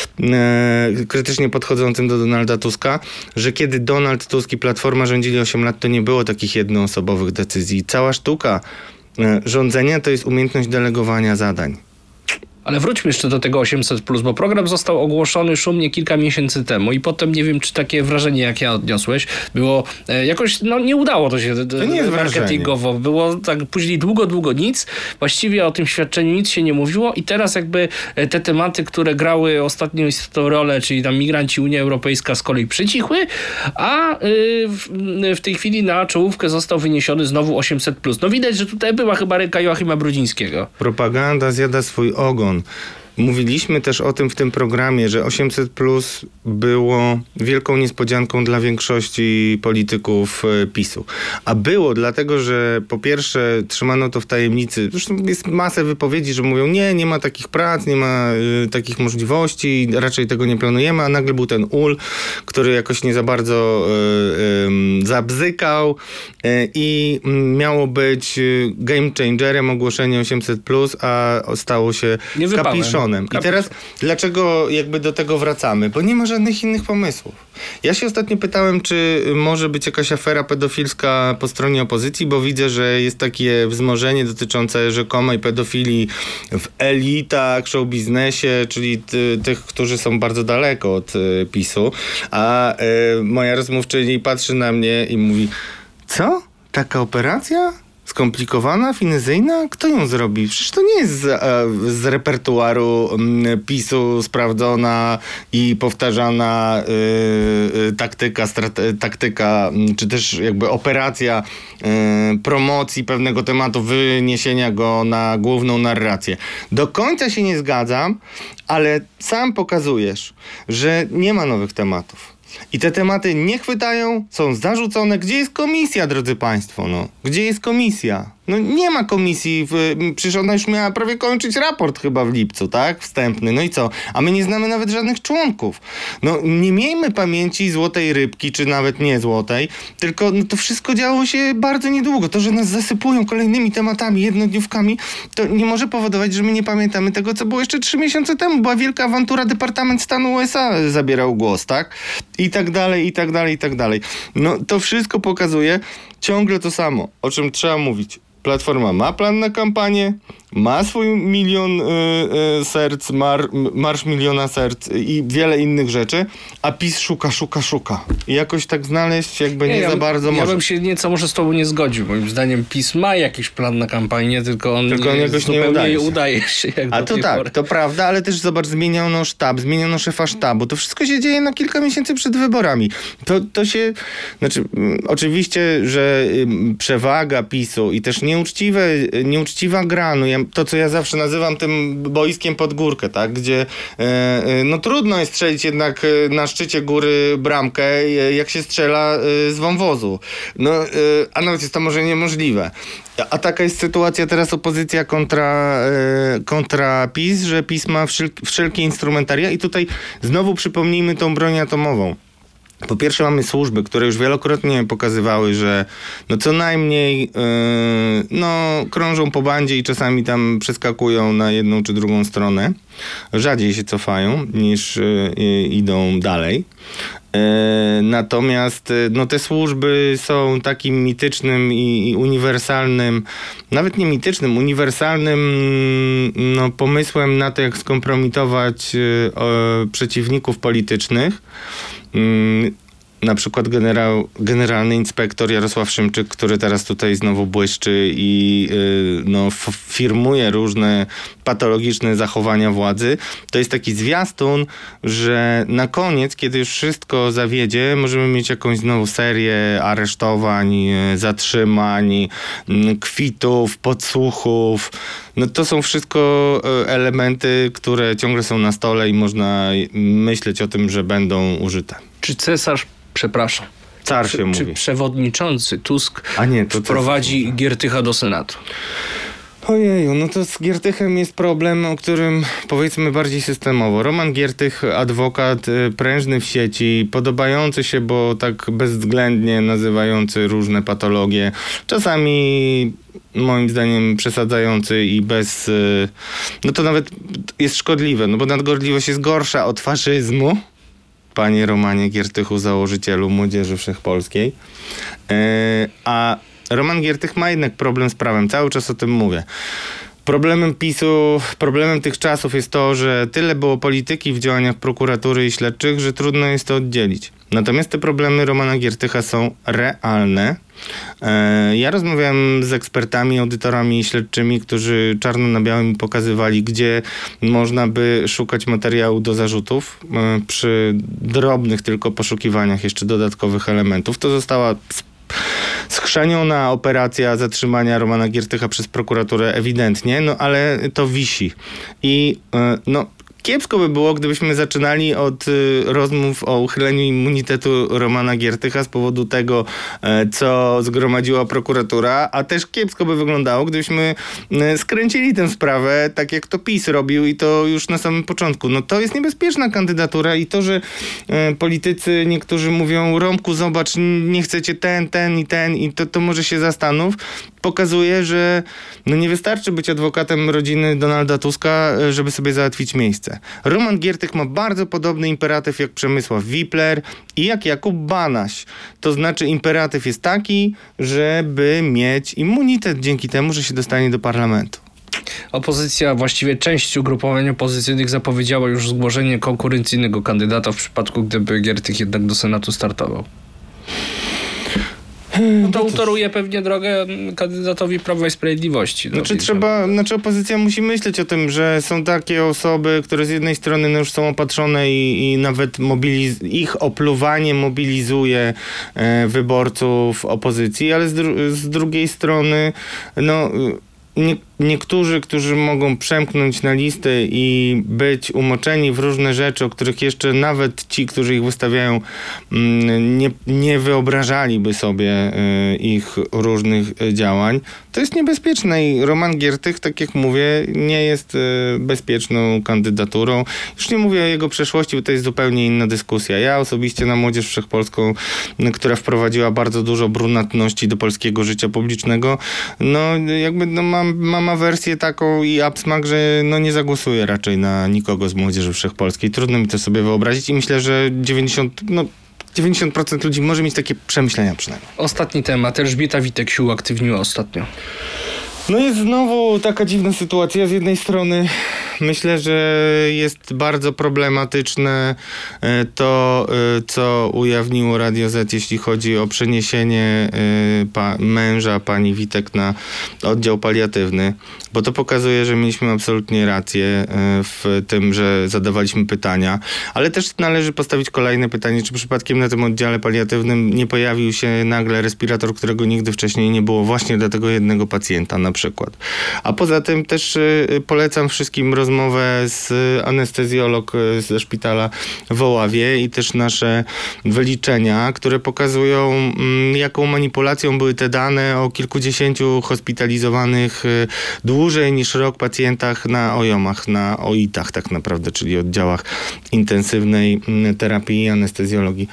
e, krytycznie podchodzącym do Donalda Tuska, że kiedy Donald Tusk i Platforma rządzili osiem lat, to nie było takich jednoosobowych decyzji. Cała sztuka e, rządzenia to jest umiejętność delegowania zadań. Ale wróćmy jeszcze do tego osiemset plus, bo program został ogłoszony szumnie kilka miesięcy temu i potem nie wiem, czy takie wrażenie, jak ja odniosłeś, było e, jakoś, no nie udało to się To nie jest marketingowo. wrażenie. Było tak później długo, długo nic. Właściwie o tym świadczeniu nic się nie mówiło i teraz jakby te tematy, które grały ostatnią istotną rolę, czyli tam migranci, Unia Europejska z kolei przycichły, a y, w, w tej chwili na czołówkę został wyniesiony znowu osiemset plus. No widać, że tutaj była chyba ręka Joachima Brudzińskiego. Propaganda zjada swój ogon. Mówiliśmy też o tym w tym programie, że osiemset plus było wielką niespodzianką dla większości polityków PiSu. A było dlatego, że po pierwsze trzymano to w tajemnicy. Zresztą jest masę wypowiedzi, że mówią, nie, nie ma takich prac, nie ma y, takich możliwości, raczej tego nie planujemy, a nagle był ten U L, który jakoś nie za bardzo y, y, zabzykał y, i miało być game changerem ogłoszenie osiemset plus, a stało się Nie wypałem. kapiszon. kapuszonem. I teraz dlaczego jakby do tego wracamy? Bo nie ma żadnych innych pomysłów. Ja się ostatnio pytałem, czy może być jakaś afera pedofilska po stronie opozycji, bo widzę, że jest takie wzmożenie dotyczące rzekomej pedofilii w elitach, show biznesie, czyli ty, tych, którzy są bardzo daleko od y, PiSu. A y, moja rozmówczyni patrzy na mnie i mówi: co? Taka operacja? Skomplikowana, finezyjna? Kto ją zrobi? Przecież to nie jest z, z repertuaru m, PiSu sprawdzona i powtarzana y, y, taktyka, strate, taktyka, czy też jakby operacja y, promocji pewnego tematu, wyniesienia go na główną narrację. Do końca się nie zgadzam, ale sam pokazujesz, że nie ma nowych tematów. I te tematy nie chwytają, są zarzucone. Gdzie jest komisja, drodzy państwo? No? Gdzie jest komisja? No nie ma komisji. W, przecież ona już miała prawie kończyć raport chyba w lipcu, tak? Wstępny. No i co? A my nie znamy nawet żadnych członków. No nie miejmy pamięci złotej rybki, czy nawet nie złotej, tylko no, to wszystko działo się bardzo niedługo. To, że nas zasypują kolejnymi tematami, jednodniówkami, to nie może powodować, że my nie pamiętamy tego, co było jeszcze trzy miesiące temu. Była wielka awantura, Departament Stanu U S A zabierał głos, tak? I tak dalej, i tak dalej, i tak dalej. No to wszystko pokazuje ciągle to samo, o czym trzeba mówić. Platforma ma plan na kampanię, ma swój milion y, y, serc, mar, marsz miliona serc i wiele innych rzeczy, a PiS szuka, szuka, szuka. I jakoś tak znaleźć jakby nie, nie ja, za bardzo ja może. Ja bym się nieco może z tobą nie zgodził. Moim zdaniem PiS ma jakiś plan na kampanię, tylko on, tylko on jakoś nie udaje się. udaje się jak a do to tej tak, pory. to prawda, ale też zobacz, zmieniono sztab, zmieniono szefa sztabu. To wszystko się dzieje na kilka miesięcy przed wyborami. To, to się, znaczy mm, oczywiście, że ym, przewaga PiSu i też nieuczciwe, nieuczciwa gra, no ja, to co ja zawsze nazywam tym boiskiem pod górkę, tak, gdzie e, e, no trudno jest strzelić jednak na szczycie góry bramkę, e, jak się strzela e, z wąwozu. No, e, a nawet jest to może niemożliwe. A taka jest sytuacja teraz, opozycja kontra, e, kontra PiS, że PiS ma wszel- wszelkie instrumentaria i tutaj znowu przypomnijmy tą broń atomową. Po pierwsze mamy służby, które już wielokrotnie pokazywały, że no co najmniej yy, no krążą po bandzie i czasami tam przeskakują na jedną czy drugą stronę. Rzadziej się cofają niż yy, idą dalej. Yy, natomiast yy, no te służby są takim mitycznym i, i uniwersalnym, nawet nie mitycznym, uniwersalnym no, pomysłem na to, jak skompromitować yy, o, przeciwników politycznych. Na przykład generał, generalny inspektor Jarosław Szymczyk, który teraz tutaj znowu błyszczy i yy, no, f- firmuje różne patologiczne zachowania władzy, to jest taki zwiastun, że na koniec, kiedy już wszystko zawiedzie, możemy mieć jakąś znowu serię aresztowań, yy, zatrzymań, yy, kwitów, podsłuchów. No to są wszystko yy, elementy, które ciągle są na stole i można myśleć o tym, że będą użyte. Czy cesarz, przepraszam, Car się czy, mówi. czy przewodniczący Tusk A nie, to wprowadzi cesarz. Giertycha do Senatu? Ojeju, no to z Giertychem jest problem, o którym powiedzmy bardziej systemowo. Roman Giertych, adwokat, prężny w sieci, podobający się, bo tak bezwzględnie nazywający różne patologie, czasami moim zdaniem przesadzający i bez... No to nawet jest szkodliwe, no bo nadgorliwość jest gorsza od faszyzmu. Panie Romanie Giertychu, założycielu Młodzieży Wszechpolskiej. Yy, a Roman Giertych ma jednak problem z prawem. Cały czas o tym mówię. Problemem PiSu, problemem tych czasów jest to, że tyle było polityki w działaniach prokuratury i śledczych, że trudno jest to oddzielić. Natomiast te problemy Romana Giertycha są realne. Ja rozmawiałem z ekspertami, audytorami śledczymi, którzy czarno na białym pokazywali, gdzie można by szukać materiału do zarzutów przy drobnych tylko poszukiwaniach jeszcze dodatkowych elementów. To została schrzaniona operacja zatrzymania Romana Giertycha przez prokuraturę ewidentnie, no ale to wisi. I no kiepsko by było, gdybyśmy zaczynali od y, rozmów o uchyleniu immunitetu Romana Giertycha z powodu tego, e, co zgromadziła prokuratura, a też kiepsko by wyglądało, gdybyśmy y, skręcili tę sprawę, tak jak to PiS robił i to już na samym początku. No to jest niebezpieczna kandydatura i to, że y, politycy niektórzy mówią, Romku, zobacz, nie chcecie ten, ten i ten i to, to może się zastanów, pokazuje, że no nie wystarczy być adwokatem rodziny Donalda Tuska, żeby sobie załatwić miejsce. Roman Giertych ma bardzo podobny imperatyw jak Przemysław Wipler i jak Jakub Banaś. To znaczy imperatyw jest taki, żeby mieć immunitet dzięki temu, że się dostanie do parlamentu. Opozycja, właściwie część ugrupowań opozycyjnych zapowiedziała już zgłoszenie konkurencyjnego kandydata w przypadku, gdyby Giertych jednak do Senatu startował. No to utoruje pewnie drogę kandydatowi Prawa i Sprawiedliwości. Znaczy trzeba, znaczy opozycja musi myśleć o tym, że są takie osoby, które z jednej strony no już są opatrzone i, i nawet mobiliz- ich opluwanie mobilizuje e, wyborców opozycji, ale z, dru- z drugiej strony no... Nie, niektórzy, którzy mogą przemknąć na listę i być umoczeni w różne rzeczy, o których jeszcze nawet ci, którzy ich wystawiają, nie, nie wyobrażaliby sobie ich różnych działań, to jest niebezpieczne i Roman Giertych, tak jak mówię, nie jest bezpieczną kandydaturą. Już nie mówię o jego przeszłości, bo to jest zupełnie inna dyskusja. Ja osobiście na Młodzież Wszechpolską, która wprowadziła bardzo dużo brunatności do polskiego życia publicznego, no jakby no, mam, mam awersję taką i absmak, że no nie zagłosuję raczej na nikogo z Młodzieży Wszechpolskiej. Trudno mi to sobie wyobrazić i myślę, że dziewięćdziesiąt, no, dziewięćdziesiąt procent ludzi może mieć takie przemyślenia przynajmniej. Ostatni temat. Elżbieta Witek się uaktywniła ostatnio. No jest znowu taka dziwna sytuacja. Z jednej strony myślę, że jest bardzo problematyczne to, co ujawniło Radio Z, jeśli chodzi o przeniesienie pa- męża pani Witek na oddział paliatywny, bo to pokazuje, że mieliśmy absolutnie rację w tym, że zadawaliśmy pytania, ale też należy postawić kolejne pytanie, czy przypadkiem na tym oddziale paliatywnym nie pojawił się nagle respirator, którego nigdy wcześniej nie było właśnie dla tego jednego pacjenta na przykład. A poza tym też y, polecam wszystkim rozmowę z anestezjolog ze szpitala w Oławie i też nasze wyliczenia, które pokazują mm, jaką manipulacją były te dane o kilkudziesięciu hospitalizowanych y, dłużej niż rok pacjentach na O J O M-ach, na O I T-ach tak naprawdę, czyli oddziałach intensywnej y, terapii i anestezjologii.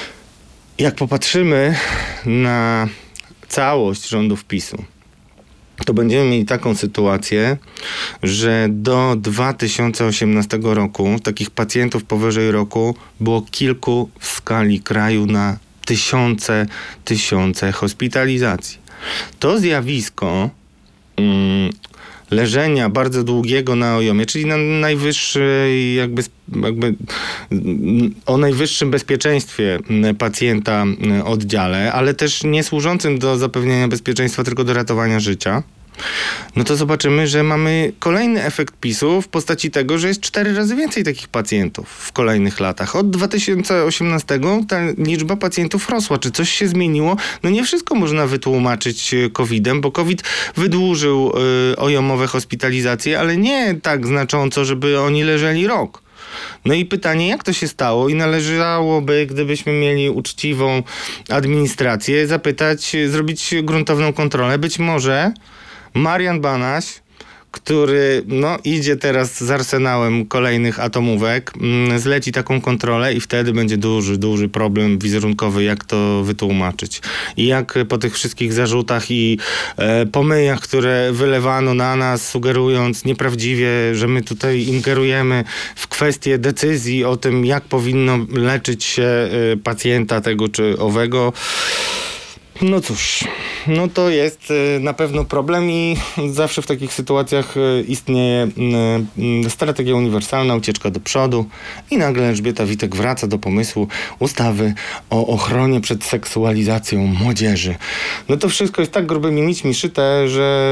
Jak popatrzymy na całość rządów PiSu, to będziemy mieli taką sytuację, że do dwa tysiące osiemnastego roku takich pacjentów powyżej roku było kilku w skali kraju na tysiące, tysiące hospitalizacji. To zjawisko mm, leżenia bardzo długiego na O J O M-ie, czyli na najwyższej jakby, jakby o najwyższym bezpieczeństwie pacjenta oddziale, ale też nie służącym do zapewnienia bezpieczeństwa, tylko do ratowania życia, no to zobaczymy, że mamy kolejny efekt PiSu w postaci tego, że jest cztery razy więcej takich pacjentów w kolejnych latach. Od dwa tysiące osiemnastego ta liczba pacjentów rosła. Czy coś się zmieniło? No nie wszystko można wytłumaczyć kowidem, bo COVID wydłużył y, O J O M-owe hospitalizacje, ale nie tak znacząco, żeby oni leżeli rok. No i pytanie, jak to się stało? I należałoby, gdybyśmy mieli uczciwą administrację, zapytać, zrobić gruntowną kontrolę. Być może Marian Banaś, który no, idzie teraz z arsenałem kolejnych atomówek, mm, zleci taką kontrolę i wtedy będzie duży, duży problem wizerunkowy, jak to wytłumaczyć. I jak po tych wszystkich zarzutach i e, pomyjach, które wylewano na nas, sugerując nieprawdziwie, że my tutaj ingerujemy w kwestie decyzji o tym, jak powinno leczyć się e, pacjenta tego czy owego. No cóż, no to jest na pewno problem i zawsze w takich sytuacjach istnieje strategia uniwersalna, ucieczka do przodu i nagle Elżbieta Witek wraca do pomysłu ustawy o ochronie przed seksualizacją młodzieży. No to wszystko jest tak grubymi nićmi szyte, że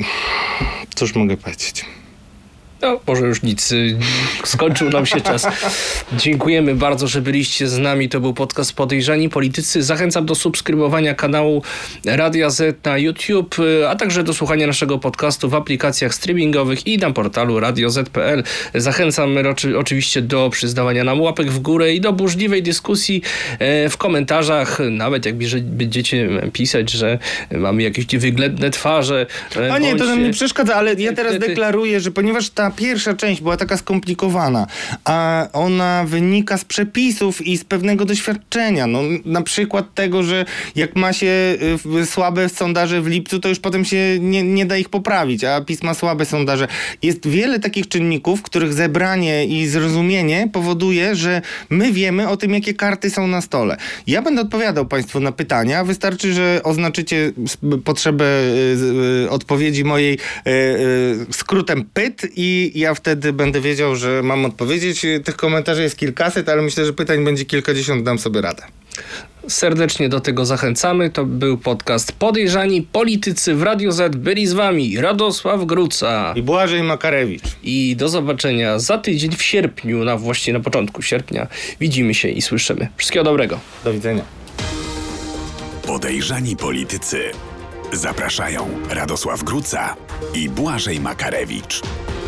cóż mogę powiedzieć. No, może już nic. Skończył nam się czas. Dziękujemy bardzo, że byliście z nami. To był podcast Podejrzani Politycy. Zachęcam do subskrybowania kanału Radia Z na YouTube, a także do słuchania naszego podcastu w aplikacjach streamingowych i na portalu radio zet kropka pe el. Zachęcam oczywiście do przyznawania nam łapek w górę i do burzliwej dyskusji w komentarzach. Nawet jak będziecie pisać, że mamy jakieś wyględne twarze. A nie, to nam nie przeszkadza, ale ja teraz deklaruję, że ponieważ ta pierwsza część była taka skomplikowana, a ona wynika z przepisów i z pewnego doświadczenia. No, na przykład tego, że jak ma się y, słabe sondaże w lipcu, to już potem się nie, nie da ich poprawić, a PiS ma słabe sondaże. Jest wiele takich czynników, których zebranie i zrozumienie powoduje, że my wiemy o tym, jakie karty są na stole. Ja będę odpowiadał Państwu na pytania. Wystarczy, że oznaczycie potrzebę y, y, odpowiedzi mojej y, y, skrótem pyt i ja wtedy będę wiedział, że mam odpowiedzieć. Tych komentarzy jest kilkaset, ale myślę, że pytań będzie kilkadziesiąt, dam sobie radę. Serdecznie do tego zachęcamy. To był podcast Podejrzani Politycy w Radio Z. Byli z wami Radosław Gruca I Błażej Makarewicz. i do zobaczenia za tydzień w sierpniu, na właśnie na początku sierpnia. Widzimy się i słyszymy. Wszystkiego dobrego. Do widzenia. Podejrzani Politycy. Zapraszają Radosław Gruca i Błażej Makarewicz.